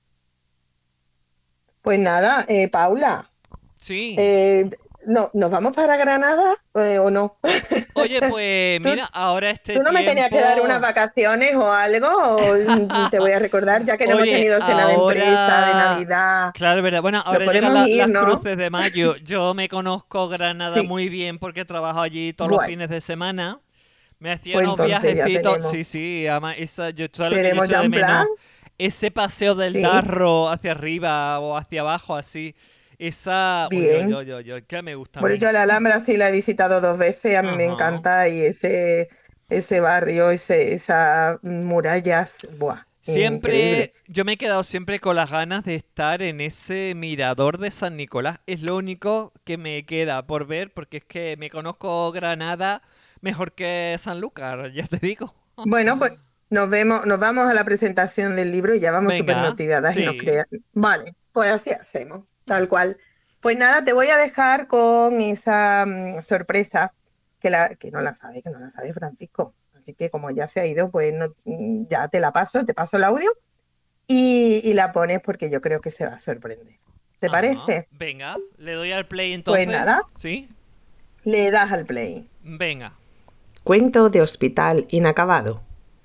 Speaker 2: Pues nada, eh, Paula,
Speaker 1: Sí.
Speaker 2: eh, no, ¿nos vamos para Granada eh, o no?
Speaker 1: Oye, pues
Speaker 2: ¿Tú,
Speaker 1: mira, ahora este
Speaker 2: tú no me tenías que dar unas
Speaker 1: tiempo.
Speaker 2: vacaciones o algo? ¿O mm, te voy a recordar, ya que no hemos
Speaker 1: Oye,
Speaker 2: tenido cena de empresa, de
Speaker 1: ahora.
Speaker 2: Navidad,
Speaker 1: Claro, verdad. Bueno,
Speaker 2: nos
Speaker 1: ahora llegan
Speaker 2: podemos
Speaker 1: la-
Speaker 2: ir,
Speaker 1: las
Speaker 2: ¿no?
Speaker 1: cruces de mayo. Yo me conozco Granada
Speaker 2: Sí,
Speaker 1: muy bien porque trabajo allí todos los
Speaker 2: bueno,
Speaker 1: fines de semana. Me hacía
Speaker 2: pues
Speaker 1: unos
Speaker 2: entonces ya
Speaker 1: viajecitos.
Speaker 2: tenemos,
Speaker 1: Sí, sí, además, esa, yo, ¿sabes lo que yo
Speaker 2: tenemos
Speaker 1: echo
Speaker 2: ya
Speaker 1: de
Speaker 2: un plan,
Speaker 1: menos? Ese paseo del
Speaker 2: sí,
Speaker 1: Darro hacia arriba o hacia abajo, así. Esa. Uy, uy,
Speaker 2: bien.
Speaker 1: uy, uy, uy, que me gusta a
Speaker 2: Bueno,
Speaker 1: mí.
Speaker 2: yo la Alhambra sí la he visitado dos veces, a mí me
Speaker 1: Ajá.
Speaker 2: encanta y ese, ese barrio, ese, esas murallas, buah, increíble.
Speaker 1: Siempre, yo me he quedado siempre con las ganas de estar en ese mirador de San Nicolás. Es lo único que me queda por ver, porque es que me conozco Granada mejor que Sanlúcar, ya te digo.
Speaker 2: Bueno, pues nos vemos, nos vamos a la presentación del libro y ya vamos súper
Speaker 1: Venga,
Speaker 2: motivadas y nos
Speaker 1: sí.
Speaker 2: crean. Vale, pues así hacemos, tal cual. Pues nada, te voy a dejar con esa mm, sorpresa que, la, que no la sabe, que no la sabe Francisco. Así que como ya se ha ido, pues no- mm, ya te la paso, te paso el audio y, y la pones porque yo creo que se va a sorprender. ¿Te
Speaker 1: Ajá.
Speaker 2: parece?
Speaker 1: Venga, le doy al play
Speaker 2: Pues nada,
Speaker 1: entonces. ¿Sí?
Speaker 2: le das al play.
Speaker 1: Venga.
Speaker 2: Cuento de hospital inacabado,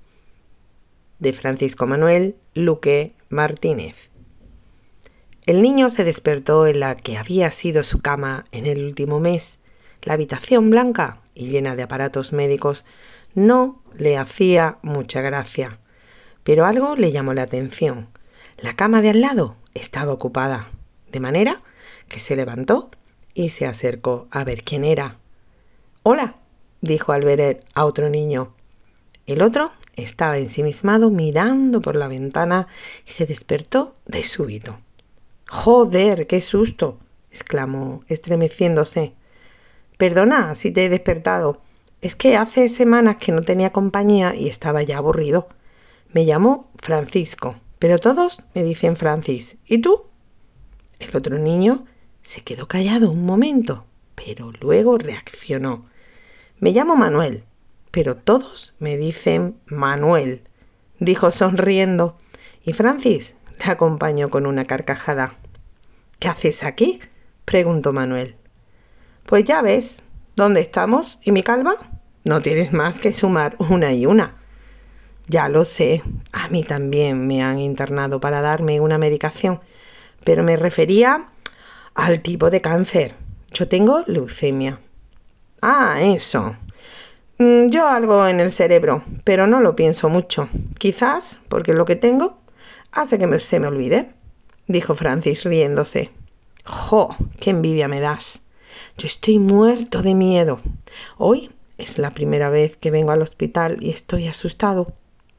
Speaker 2: de Francisco Manuel Luque Martínez. El niño se despertó en la que había sido su cama en el último mes. La habitación blanca y llena de aparatos médicos no le hacía mucha gracia, pero algo le llamó la atención. La cama de al lado estaba ocupada, de manera que se levantó y se acercó a ver quién era. «Hola», dijo al ver a otro niño. El otro estaba ensimismado mirando por la ventana y se despertó de súbito. «¡Joder, qué susto!», exclamó, estremeciéndose. «Perdona si te he despertado. Es que hace semanas que no tenía compañía y estaba ya aburrido. Me llamo Francisco, pero todos me dicen Francis. ¿Y tú?». El otro niño se quedó callado un momento, pero luego reaccionó. «Me llamo Manuel, pero todos me dicen Manuel», dijo sonriendo, y Francis le acompañó con una carcajada. «¿Qué haces aquí?», preguntó Manuel. «Pues ya ves, ¿dónde estamos? ¿Y mi calva? No tienes más que sumar una y una». «Ya lo sé, a mí también me han internado para darme una medicación, pero me refería al tipo de cáncer. Yo tengo leucemia». «Ah, eso. Mm, yo algo en el cerebro, pero no lo pienso mucho. Quizás porque lo que tengo hace que me- se me olvide», dijo Francis riéndose. «¡Jo! ¡Qué envidia me das! Yo estoy muerto de miedo. Hoy es la primera vez que vengo al hospital y estoy asustado».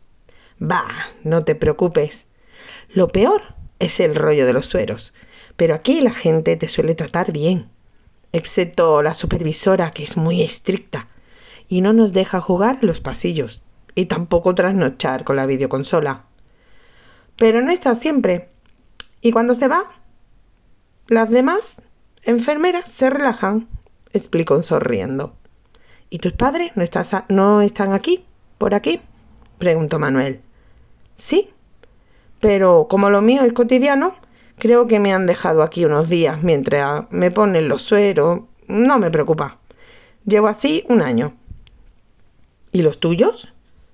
Speaker 2: «Bah, no te preocupes. Lo peor es el rollo de los sueros, pero aquí la gente te suele tratar bien, excepto la supervisora, que es muy estricta y no nos deja jugar en los pasillos y tampoco trasnochar con la videoconsola. Pero no está siempre. Y cuando se va, las demás enfermeras se relajan», explicó sonriendo. «¿Y tus padres no, estás a- no están aquí, por aquí?», preguntó Manuel. «Sí, pero como lo mío es cotidiano, creo que me han dejado aquí unos días mientras me ponen los sueros. No me preocupa. Llevo así un año». «¿Y los tuyos?».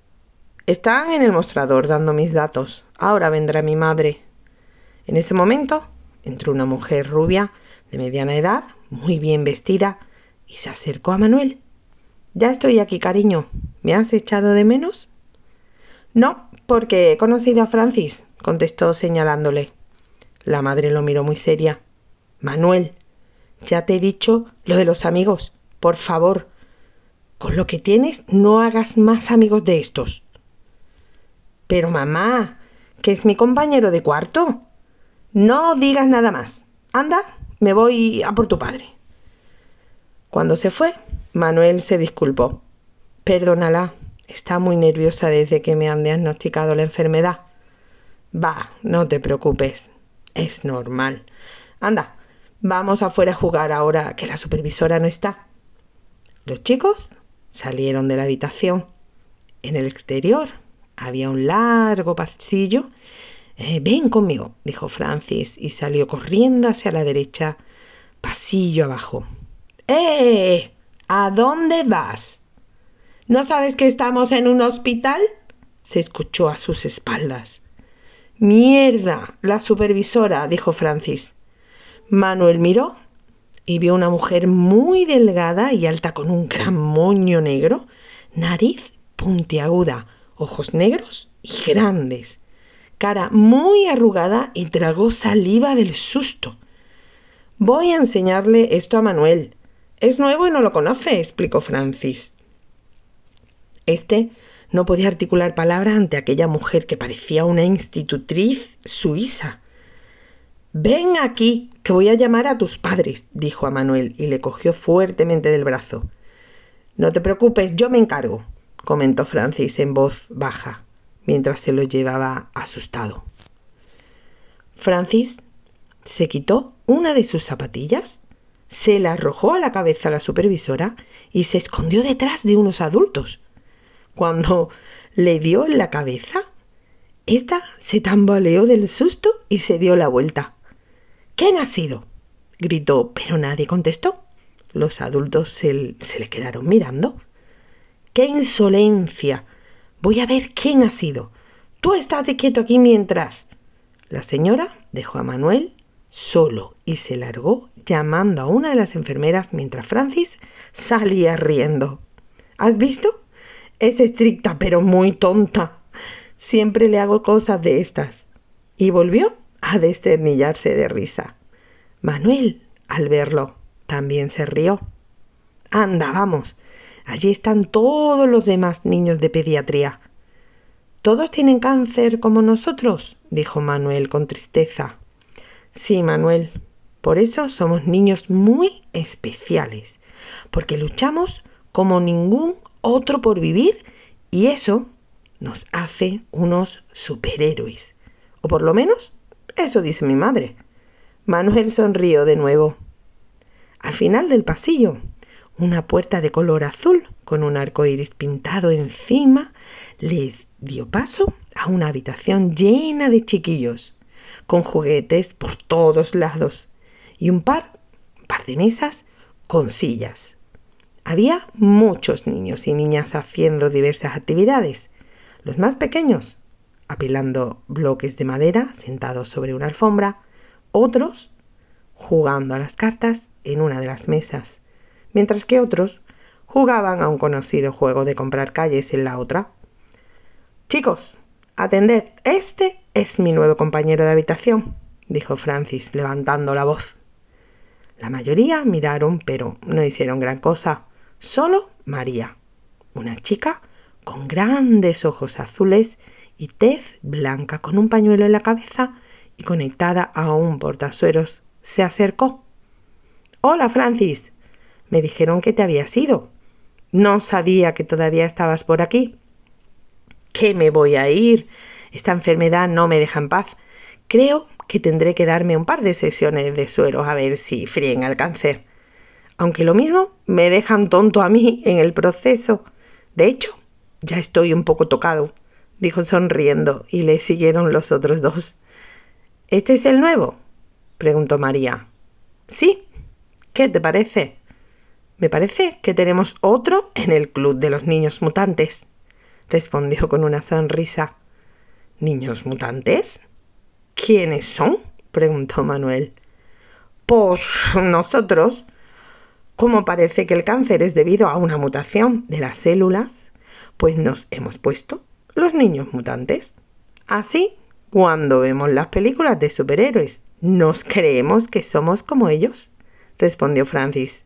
Speaker 2: «Están en el mostrador dando mis datos. Ahora vendrá mi madre». En ese momento entró una mujer rubia de mediana edad, muy bien vestida, y se acercó a Manuel. «Ya estoy aquí, cariño. ¿Me has echado de menos?». No, porque he conocido a Francis, contestó señalándole. La madre lo miró muy seria. Manuel, ya te he dicho lo de los amigos. Por favor, con lo que tienes no hagas más amigos de estos. Pero mamá, que es mi compañero de cuarto. No digas nada más. Anda, me voy a por tu padre. Cuando se fue, Manuel se disculpó. Perdónala, está muy nerviosa desde que me han diagnosticado la enfermedad. Va, no te preocupes, es normal. Anda, vamos afuera a jugar ahora que la supervisora no está. Los chicos salieron de la habitación. En el exterior había un largo pasillo. Eh, ven conmigo, dijo Francis, y salió corriendo hacia la derecha, pasillo abajo. ¡Eh! ¿A dónde vas? ¿No sabes que estamos en un hospital? Se escuchó a sus espaldas. ¡Mierda! La supervisora, dijo Francis. Manuel miró y vio una mujer muy delgada y alta con un gran moño negro, nariz puntiaguda, ojos negros y grandes, cara muy arrugada y tragó saliva del susto. Voy a enseñarle esto a Manuel. Es nuevo y no lo conoce, explicó Francis. Este no podía articular palabra ante aquella mujer que parecía una institutriz suiza. Ven aquí, que voy a llamar a tus padres, dijo a Manuel y le cogió fuertemente del brazo. No te preocupes, yo me encargo, comentó Francis en voz baja, mientras se lo llevaba asustado. Francis se quitó una de sus zapatillas, se la arrojó a la cabeza a la supervisora y se escondió detrás de unos adultos. Cuando le dio en la cabeza, ésta se tambaleó del susto y se dio la vuelta. ¿Quién ha sido?, gritó, pero nadie contestó. Los adultos se, se le quedaron mirando. ¡Qué insolencia! Voy a ver quién ha sido. Tú estate quieto aquí mientras. La señora dejó a Manuel solo y se largó llamando a una de las enfermeras mientras Francis salía riendo. ¿Has visto? Es estricta pero muy tonta. Siempre le hago cosas de estas. Y volvió a desternillarse de risa. Manuel, al verlo, también se rió. Anda, vamos. Allí están todos los demás niños de pediatría. ¿Todos tienen cáncer como nosotros?, dijo Manuel con tristeza. Sí, Manuel. Por eso somos niños muy especiales, porque luchamos como ningún otro por vivir y eso nos hace unos superhéroes. O por lo menos eso dice mi madre. Manuel sonrió de nuevo. Al final del pasillo, una puerta de color azul con un arco iris pintado encima le dio paso a una habitación llena de chiquillos, con juguetes por todos lados y un par, un par de mesas con sillas. Había muchos niños y niñas haciendo diversas actividades. Los más pequeños apilando bloques de madera sentados sobre una alfombra, otros jugando a las cartas en una de las mesas, mientras que otros jugaban a un conocido juego de comprar calles en la otra. Chicos, atended, este es mi nuevo compañero de habitación, dijo Francis levantando la voz. La mayoría miraron, pero no hicieron gran cosa. Solo María, una chica con grandes ojos azules y tez blanca con un pañuelo en la cabeza y conectada a un portasueros, se acercó. Hola, Francis. Me dijeron que te habías ido. No sabía que todavía estabas por aquí. ¿Qué me voy a ir? Esta enfermedad no me deja en paz. Creo que tendré que darme un par de sesiones de sueros a ver si friega el cáncer. Aunque lo mismo me dejan tonto a mí en el proceso. De hecho, ya estoy un poco tocado, dijo sonriendo, y le siguieron los otros dos. ¿Este es el nuevo?, preguntó María. Sí. ¿Qué te parece? Me parece que tenemos otro en el club de los niños mutantes, respondió con una sonrisa. ¿Niños mutantes? ¿Quiénes son?, preguntó Manuel. Pues nosotros. Como parece que el cáncer es debido a una mutación de las células, pues nos hemos puesto los niños mutantes. Así, cuando vemos las películas de superhéroes, ¿nos creemos que somos como ellos?, respondió Francis.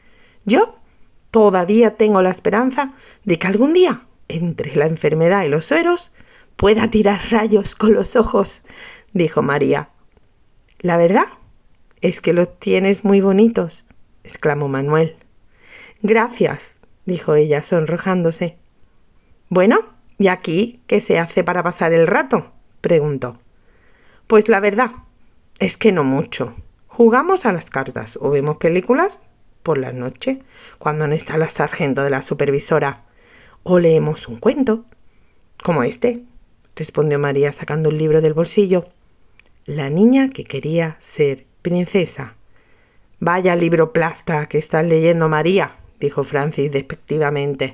Speaker 2: Yo todavía tengo la esperanza de que algún día, entre la enfermedad y los sueros, pueda tirar rayos con los ojos, dijo María. La verdad es que los tienes muy bonitos, exclamó Manuel. Gracias, dijo ella sonrojándose. Bueno, ¿y aquí qué se hace para pasar el rato?, preguntó. Pues la verdad es que no mucho. Jugamos a las cartas o vemos películas por la noche, cuando no está la sargento de la supervisora, o leemos un cuento, como este, respondió María sacando un libro del bolsillo. La niña que quería ser princesa. Vaya libro plasta que estás leyendo, María, dijo Francis despectivamente.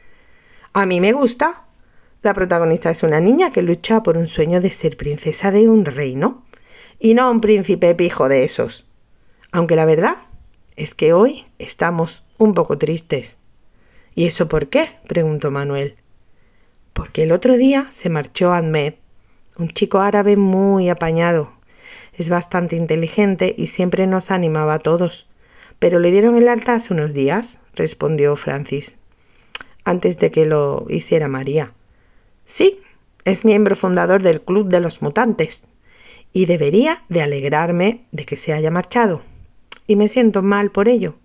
Speaker 2: A mí me gusta. La protagonista es una niña que lucha por un sueño de ser princesa de un reino, y no un príncipe pijo de esos. Aunque la verdad es que hoy estamos un poco tristes. ¿Y eso por qué?, preguntó Manuel. Porque el otro día se marchó Ahmed, un chico árabe muy apañado. Es bastante inteligente y siempre nos animaba a todos. Pero le dieron el alta hace unos días, respondió Francis, antes de que lo hiciera María. Sí, es miembro fundador del Club de los Mutantes, y debería de alegrarme de que se haya marchado. Y me siento mal por ello.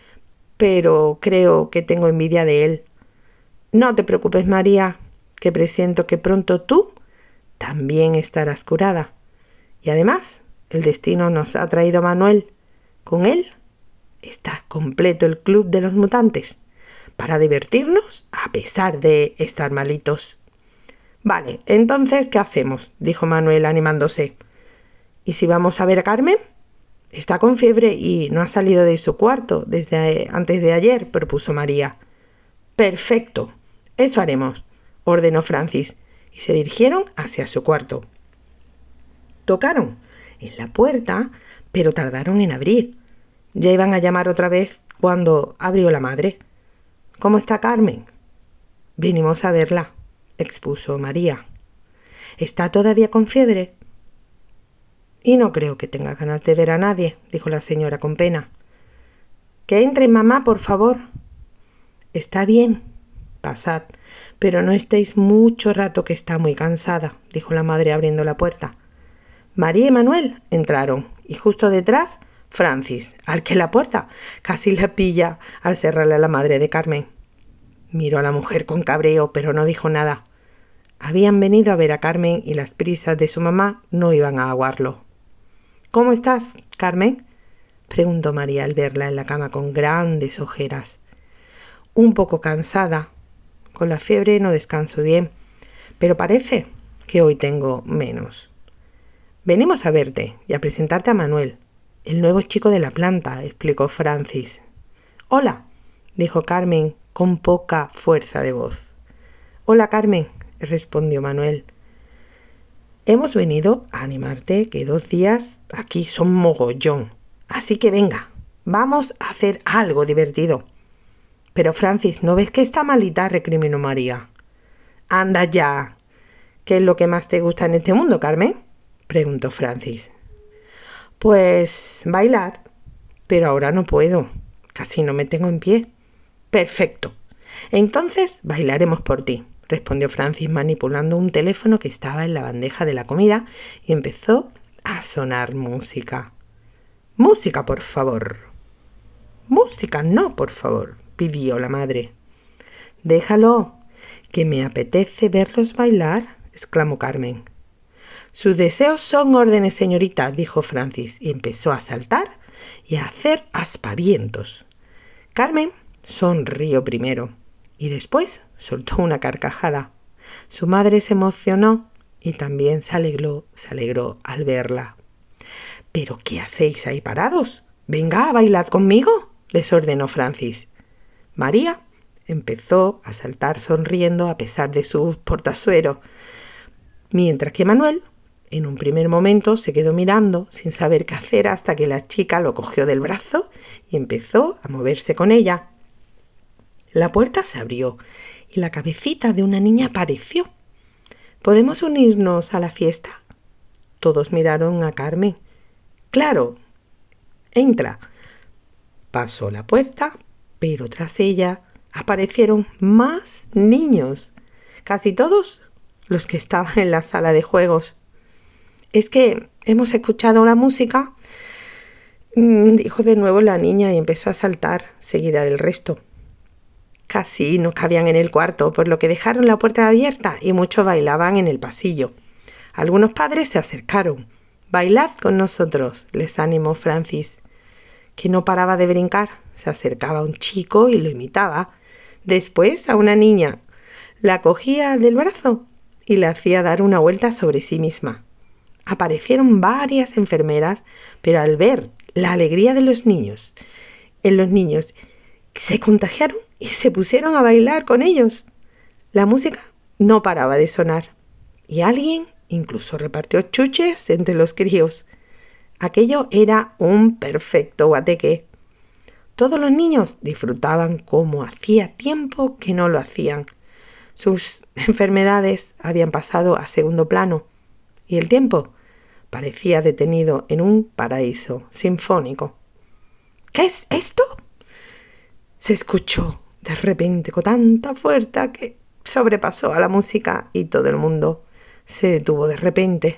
Speaker 2: Pero creo que tengo envidia de él. No te preocupes, María, que presiento que pronto tú también estarás curada. Y además, el destino nos ha traído a Manuel. Con él está completo el Club de los Mutantes, para divertirnos a pesar de estar malitos. Vale, entonces, ¿qué hacemos?, dijo Manuel animándose. ¿Y si vamos a ver a Carmen? Está con fiebre y no ha salido de su cuarto desde antes de ayer, propuso María. Perfecto, eso haremos, ordenó Francis, y se dirigieron hacia su cuarto. Tocaron en la puerta, pero tardaron en abrir. Ya iban a llamar otra vez cuando abrió la madre. ¿Cómo está Carmen? Vinimos a verla, expuso María. ¿Está todavía con fiebre? Y no creo que tenga ganas de ver a nadie, dijo la señora con pena. Que entre, mamá, por favor. Está bien, pasad, pero no estéis mucho rato, que está muy cansada, dijo la madre abriendo la puerta. María y Manuel entraron, y justo detrás Francis, al que la puerta casi la pilla al cerrarle a la madre de Carmen. Miró a la mujer con cabreo, pero no dijo nada. Habían venido a ver a Carmen y las prisas de su mamá no iban a aguarlo. ¿Cómo estás, Carmen?, preguntó María al verla en la cama con grandes ojeras. Un poco cansada. Con la fiebre no descanso bien, pero parece que hoy tengo menos. Venimos a verte y a presentarte a Manuel, el nuevo chico de la planta, explicó Francis. Hola, dijo Carmen con poca fuerza de voz. Hola, Carmen, respondió Manuel. Hemos venido a animarte, que dos días aquí son mogollón. Así que venga, vamos a hacer algo divertido. Pero Francis, ¿no ves que está malita?, recriminó María. Anda ya. ¿Qué es lo que más te gusta en este mundo, Carmen?, preguntó Francis. Pues bailar, pero ahora no puedo. Casi no me tengo en pie. Perfecto. Entonces bailaremos por ti, respondió Francis manipulando un teléfono que estaba en la bandeja de la comida y empezó a sonar música. Música, por favor. Música, no, por favor, pidió la madre. Déjalo, que me apetece verlos bailar, exclamó Carmen. Sus deseos son órdenes, señorita, dijo Francis, y empezó a saltar y a hacer aspavientos. Carmen sonrió primero y después soltó una carcajada. Su madre se emocionó y también se alegró, se alegró al verla. ¿Pero qué hacéis ahí parados? Venga, a bailar conmigo, les ordenó Francis. María empezó a saltar sonriendo a pesar de su portazuero, mientras que Manuel, en un primer momento, se quedó mirando sin saber qué hacer hasta que la chica lo cogió del brazo y empezó a moverse con ella. La puerta se abrió y la cabecita de una niña apareció. ¿Podemos unirnos a la fiesta? Todos miraron a Carmen. Claro, entra. Pasó la puerta, pero tras ella aparecieron más niños, casi todos los que estaban en la sala de juegos. Es que hemos escuchado la música, dijo de nuevo la niña y empezó a saltar, seguida del resto. Casi no cabían en el cuarto, por lo que dejaron la puerta abierta y muchos bailaban en el pasillo. Algunos padres se acercaron. «Bailad con nosotros», les animó Francis, que no paraba de brincar. Se acercaba a un chico y lo imitaba. Después a una niña. La cogía del brazo y la hacía dar una vuelta sobre sí misma. Aparecieron varias enfermeras, pero al ver la alegría de los niños, en los niños, se contagiaron y se pusieron a bailar con ellos. La música no paraba de sonar y alguien incluso repartió chuches entre los críos. Aquello era un perfecto guateque. Todos los niños disfrutaban como hacía tiempo que no lo hacían. Sus enfermedades habían pasado a segundo plano y el tiempo parecía detenido en un paraíso sinfónico. «¿Qué es esto?», se escuchó de repente con tanta fuerza que sobrepasó a la música y todo el mundo se detuvo de repente.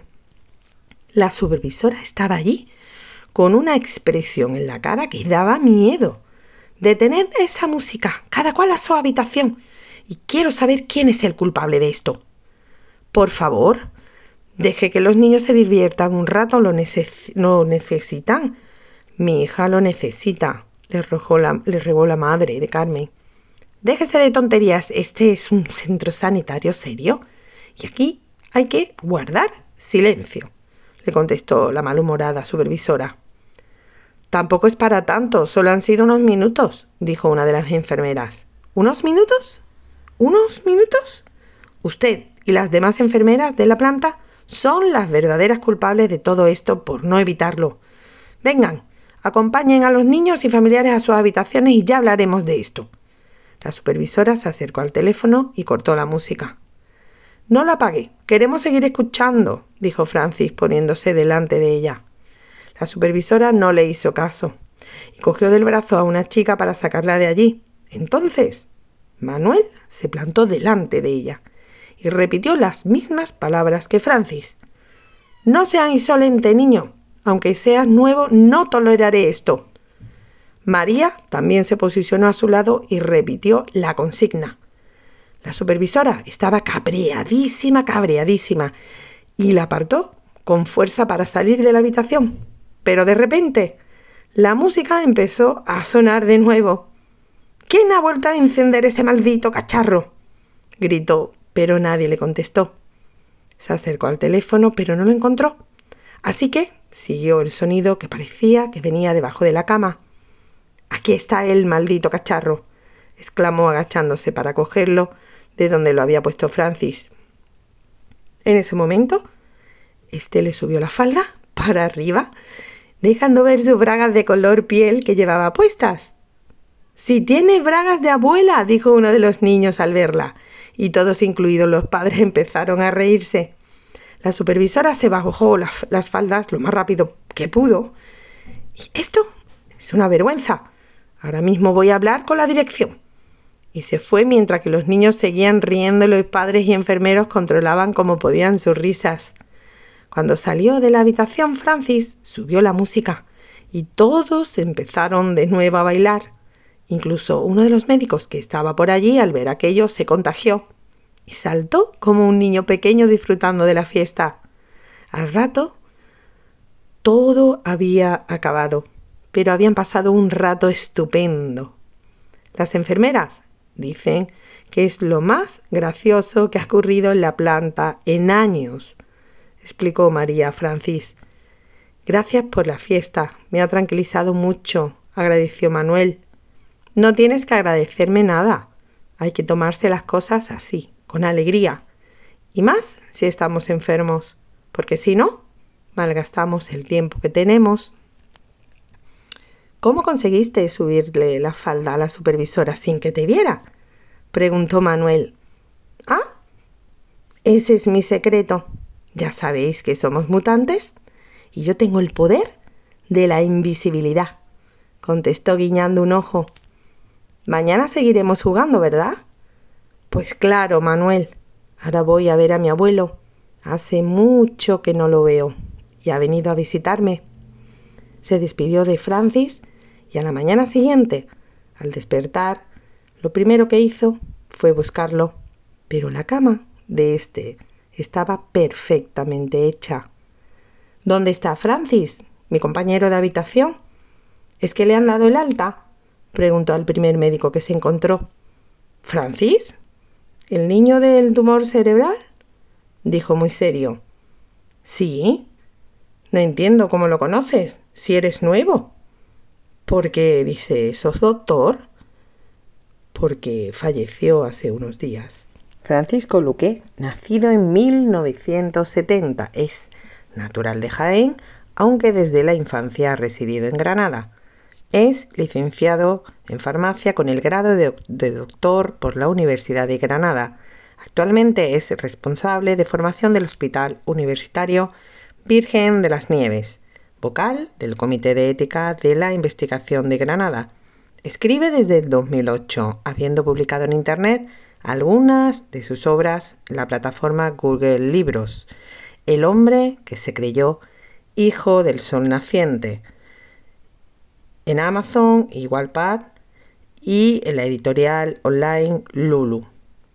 Speaker 2: La supervisora estaba allí, con una expresión en la cara que daba miedo. «Detened esa música, cada cual a su habitación, y quiero saber quién es el culpable de esto. Por favor, deje que los niños se diviertan un rato, lo, neces- lo necesitan. Mi hija lo necesita», le rogó la, le rogó la madre de Carmen. «Déjese de tonterías, este es un centro sanitario serio, y aquí hay que guardar silencio», le contestó la malhumorada supervisora. «Tampoco es para tanto, solo han sido unos minutos», dijo una de las enfermeras. «¿Unos minutos? ¿Unos minutos? Usted y las demás enfermeras de la planta son las verdaderas culpables de todo esto por no evitarlo. Vengan, acompañen a los niños y familiares a sus habitaciones y ya hablaremos de esto». La supervisora se acercó al teléfono y cortó la música. «No la apague, queremos seguir escuchando», dijo Francis poniéndose delante de ella. La supervisora no le hizo caso y cogió del brazo a una chica para sacarla de allí. Entonces Manuel se plantó delante de ella y repitió las mismas palabras que Francis. «No seas insolente, niño. Aunque seas nuevo, no toleraré esto». María también se posicionó a su lado y repitió la consigna. La supervisora estaba cabreadísima, cabreadísima, y la apartó con fuerza para salir de la habitación. Pero de repente, la música empezó a sonar de nuevo. «¿Quién ha vuelto a encender ese maldito cacharro?», gritó, pero nadie le contestó. Se acercó al teléfono, pero no lo encontró. Así que siguió el sonido que parecía que venía debajo de la cama. «Aquí está el maldito cacharro», exclamó agachándose para cogerlo de donde lo había puesto Francis. En ese momento, este le subió la falda para arriba, dejando ver sus bragas de color piel que llevaba puestas. «Si¡Tiene bragas de abuela!», dijo uno de los niños al verla, y todos, incluidos los padres, empezaron a reírse. La supervisora se bajó las, las faldas lo más rápido que pudo. «Y esto es una vergüenza. Ahora mismo voy a hablar con la dirección». Y se fue mientras que los niños seguían riendo y los padres y enfermeros controlaban como podían sus risas. Cuando salió de la habitación, Francis subió la música y todos empezaron de nuevo a bailar. Incluso uno de los médicos que estaba por allí, al ver aquello, se contagió y saltó como un niño pequeño disfrutando de la fiesta. Al rato, todo había acabado, pero habían pasado un rato estupendo. Las enfermeras dicen que es lo más gracioso que ha ocurrido en la planta en años, explicó María a Francis. «Gracias por la fiesta, me ha tranquilizado mucho», agradeció Manuel. «No tienes que agradecerme nada. Hay que tomarse las cosas así, con alegría. Y más si estamos enfermos, porque si no, malgastamos el tiempo que tenemos». «¿Cómo conseguiste subirle la falda a la supervisora sin que te viera?», preguntó Manuel. «Ah, Ese es mi secreto. Ya sabéis que somos mutantes y yo tengo el poder de la invisibilidad, contestó guiñando un ojo. Mañana seguiremos jugando, ¿verdad? Pues claro, Manuel. Ahora voy a ver a mi abuelo. Hace mucho que no lo veo y ha venido a visitarme. Se despidió de Francis y a la mañana siguiente, al despertar, lo primero que hizo fue buscarlo, pero la cama de este estaba perfectamente hecha. ¿Dónde está Francis, mi compañero de habitación? ¿Es que le han dado el alta?, preguntó al primer médico que se encontró. ¿Francis? ¿El niño del tumor cerebral?, dijo muy serio. Sí. No entiendo cómo lo conoces, si eres nuevo. ¿Por qué dice sos doctor? Porque falleció hace unos días. Francisco Luque, nacido en mil novecientos setenta, es natural de Jaén, aunque desde la infancia ha residido en Granada. Es licenciado en farmacia con el grado de, de doctor por la Universidad de Granada. Actualmente es responsable de formación del Hospital Universitario Virgen de las Nieves, vocal del Comité de Ética de la Investigación de Granada. Escribe desde el dos mil ocho, habiendo publicado en Internet algunas de sus obras en la plataforma Google Libros. El hombre que se creyó hijo del sol naciente, en Amazon y Wattpad, y en la editorial online Lulu.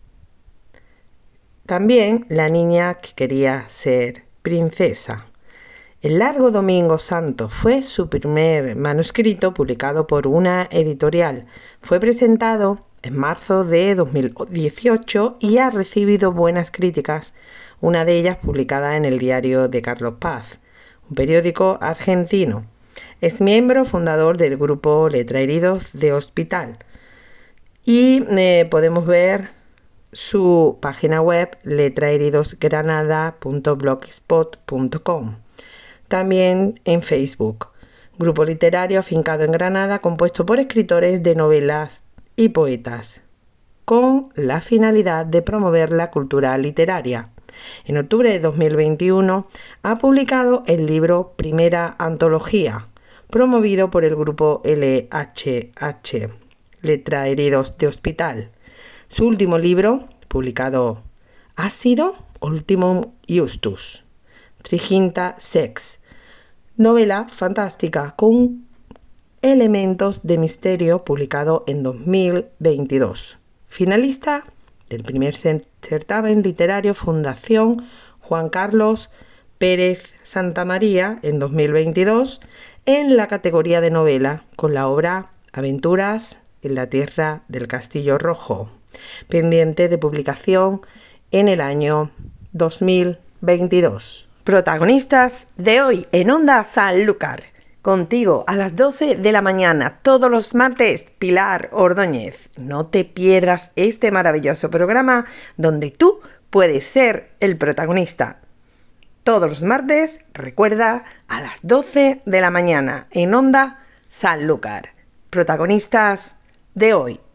Speaker 2: También La niña que quería ser princesa. El largo domingo santo fue su primer manuscrito publicado por una editorial. Fue presentado en marzo de dos mil dieciocho y ha recibido buenas críticas, una de ellas publicada en el Diario de Carlos Paz, un periódico argentino. Es miembro fundador del grupo Letraheridos de Hospital y eh, podemos ver su página web letraheridosgranada punto blogspot punto com. También en Facebook, grupo literario afincado en Granada compuesto por escritores de novelas y poetas, con la finalidad de promover la cultura literaria. En octubre de dos mil veintiuno ha publicado el libro Primera Antología, promovido por el grupo L H H, Letraheridos de Hospital. Su último libro, publicado, ha sido Ultimum Justus, Triginta Sex, novela fantástica con elementos de misterio, publicado en dos mil veintidós. Finalista del primer certamen literario Fundación Juan Carlos Pérez Santamaría en dos mil veintidós en la categoría de novela con la obra Aventuras en la Tierra del Castillo Rojo, pendiente de publicación en el año dos mil veintidós. Protagonistas de hoy en Onda Sanlúcar. Contigo a las doce de la mañana, todos los martes, Pilar Ordóñez. No te pierdas este maravilloso programa donde tú puedes ser el protagonista. Todos los martes, recuerda, a las doce de la mañana en Onda Sanlúcar. Protagonistas de hoy.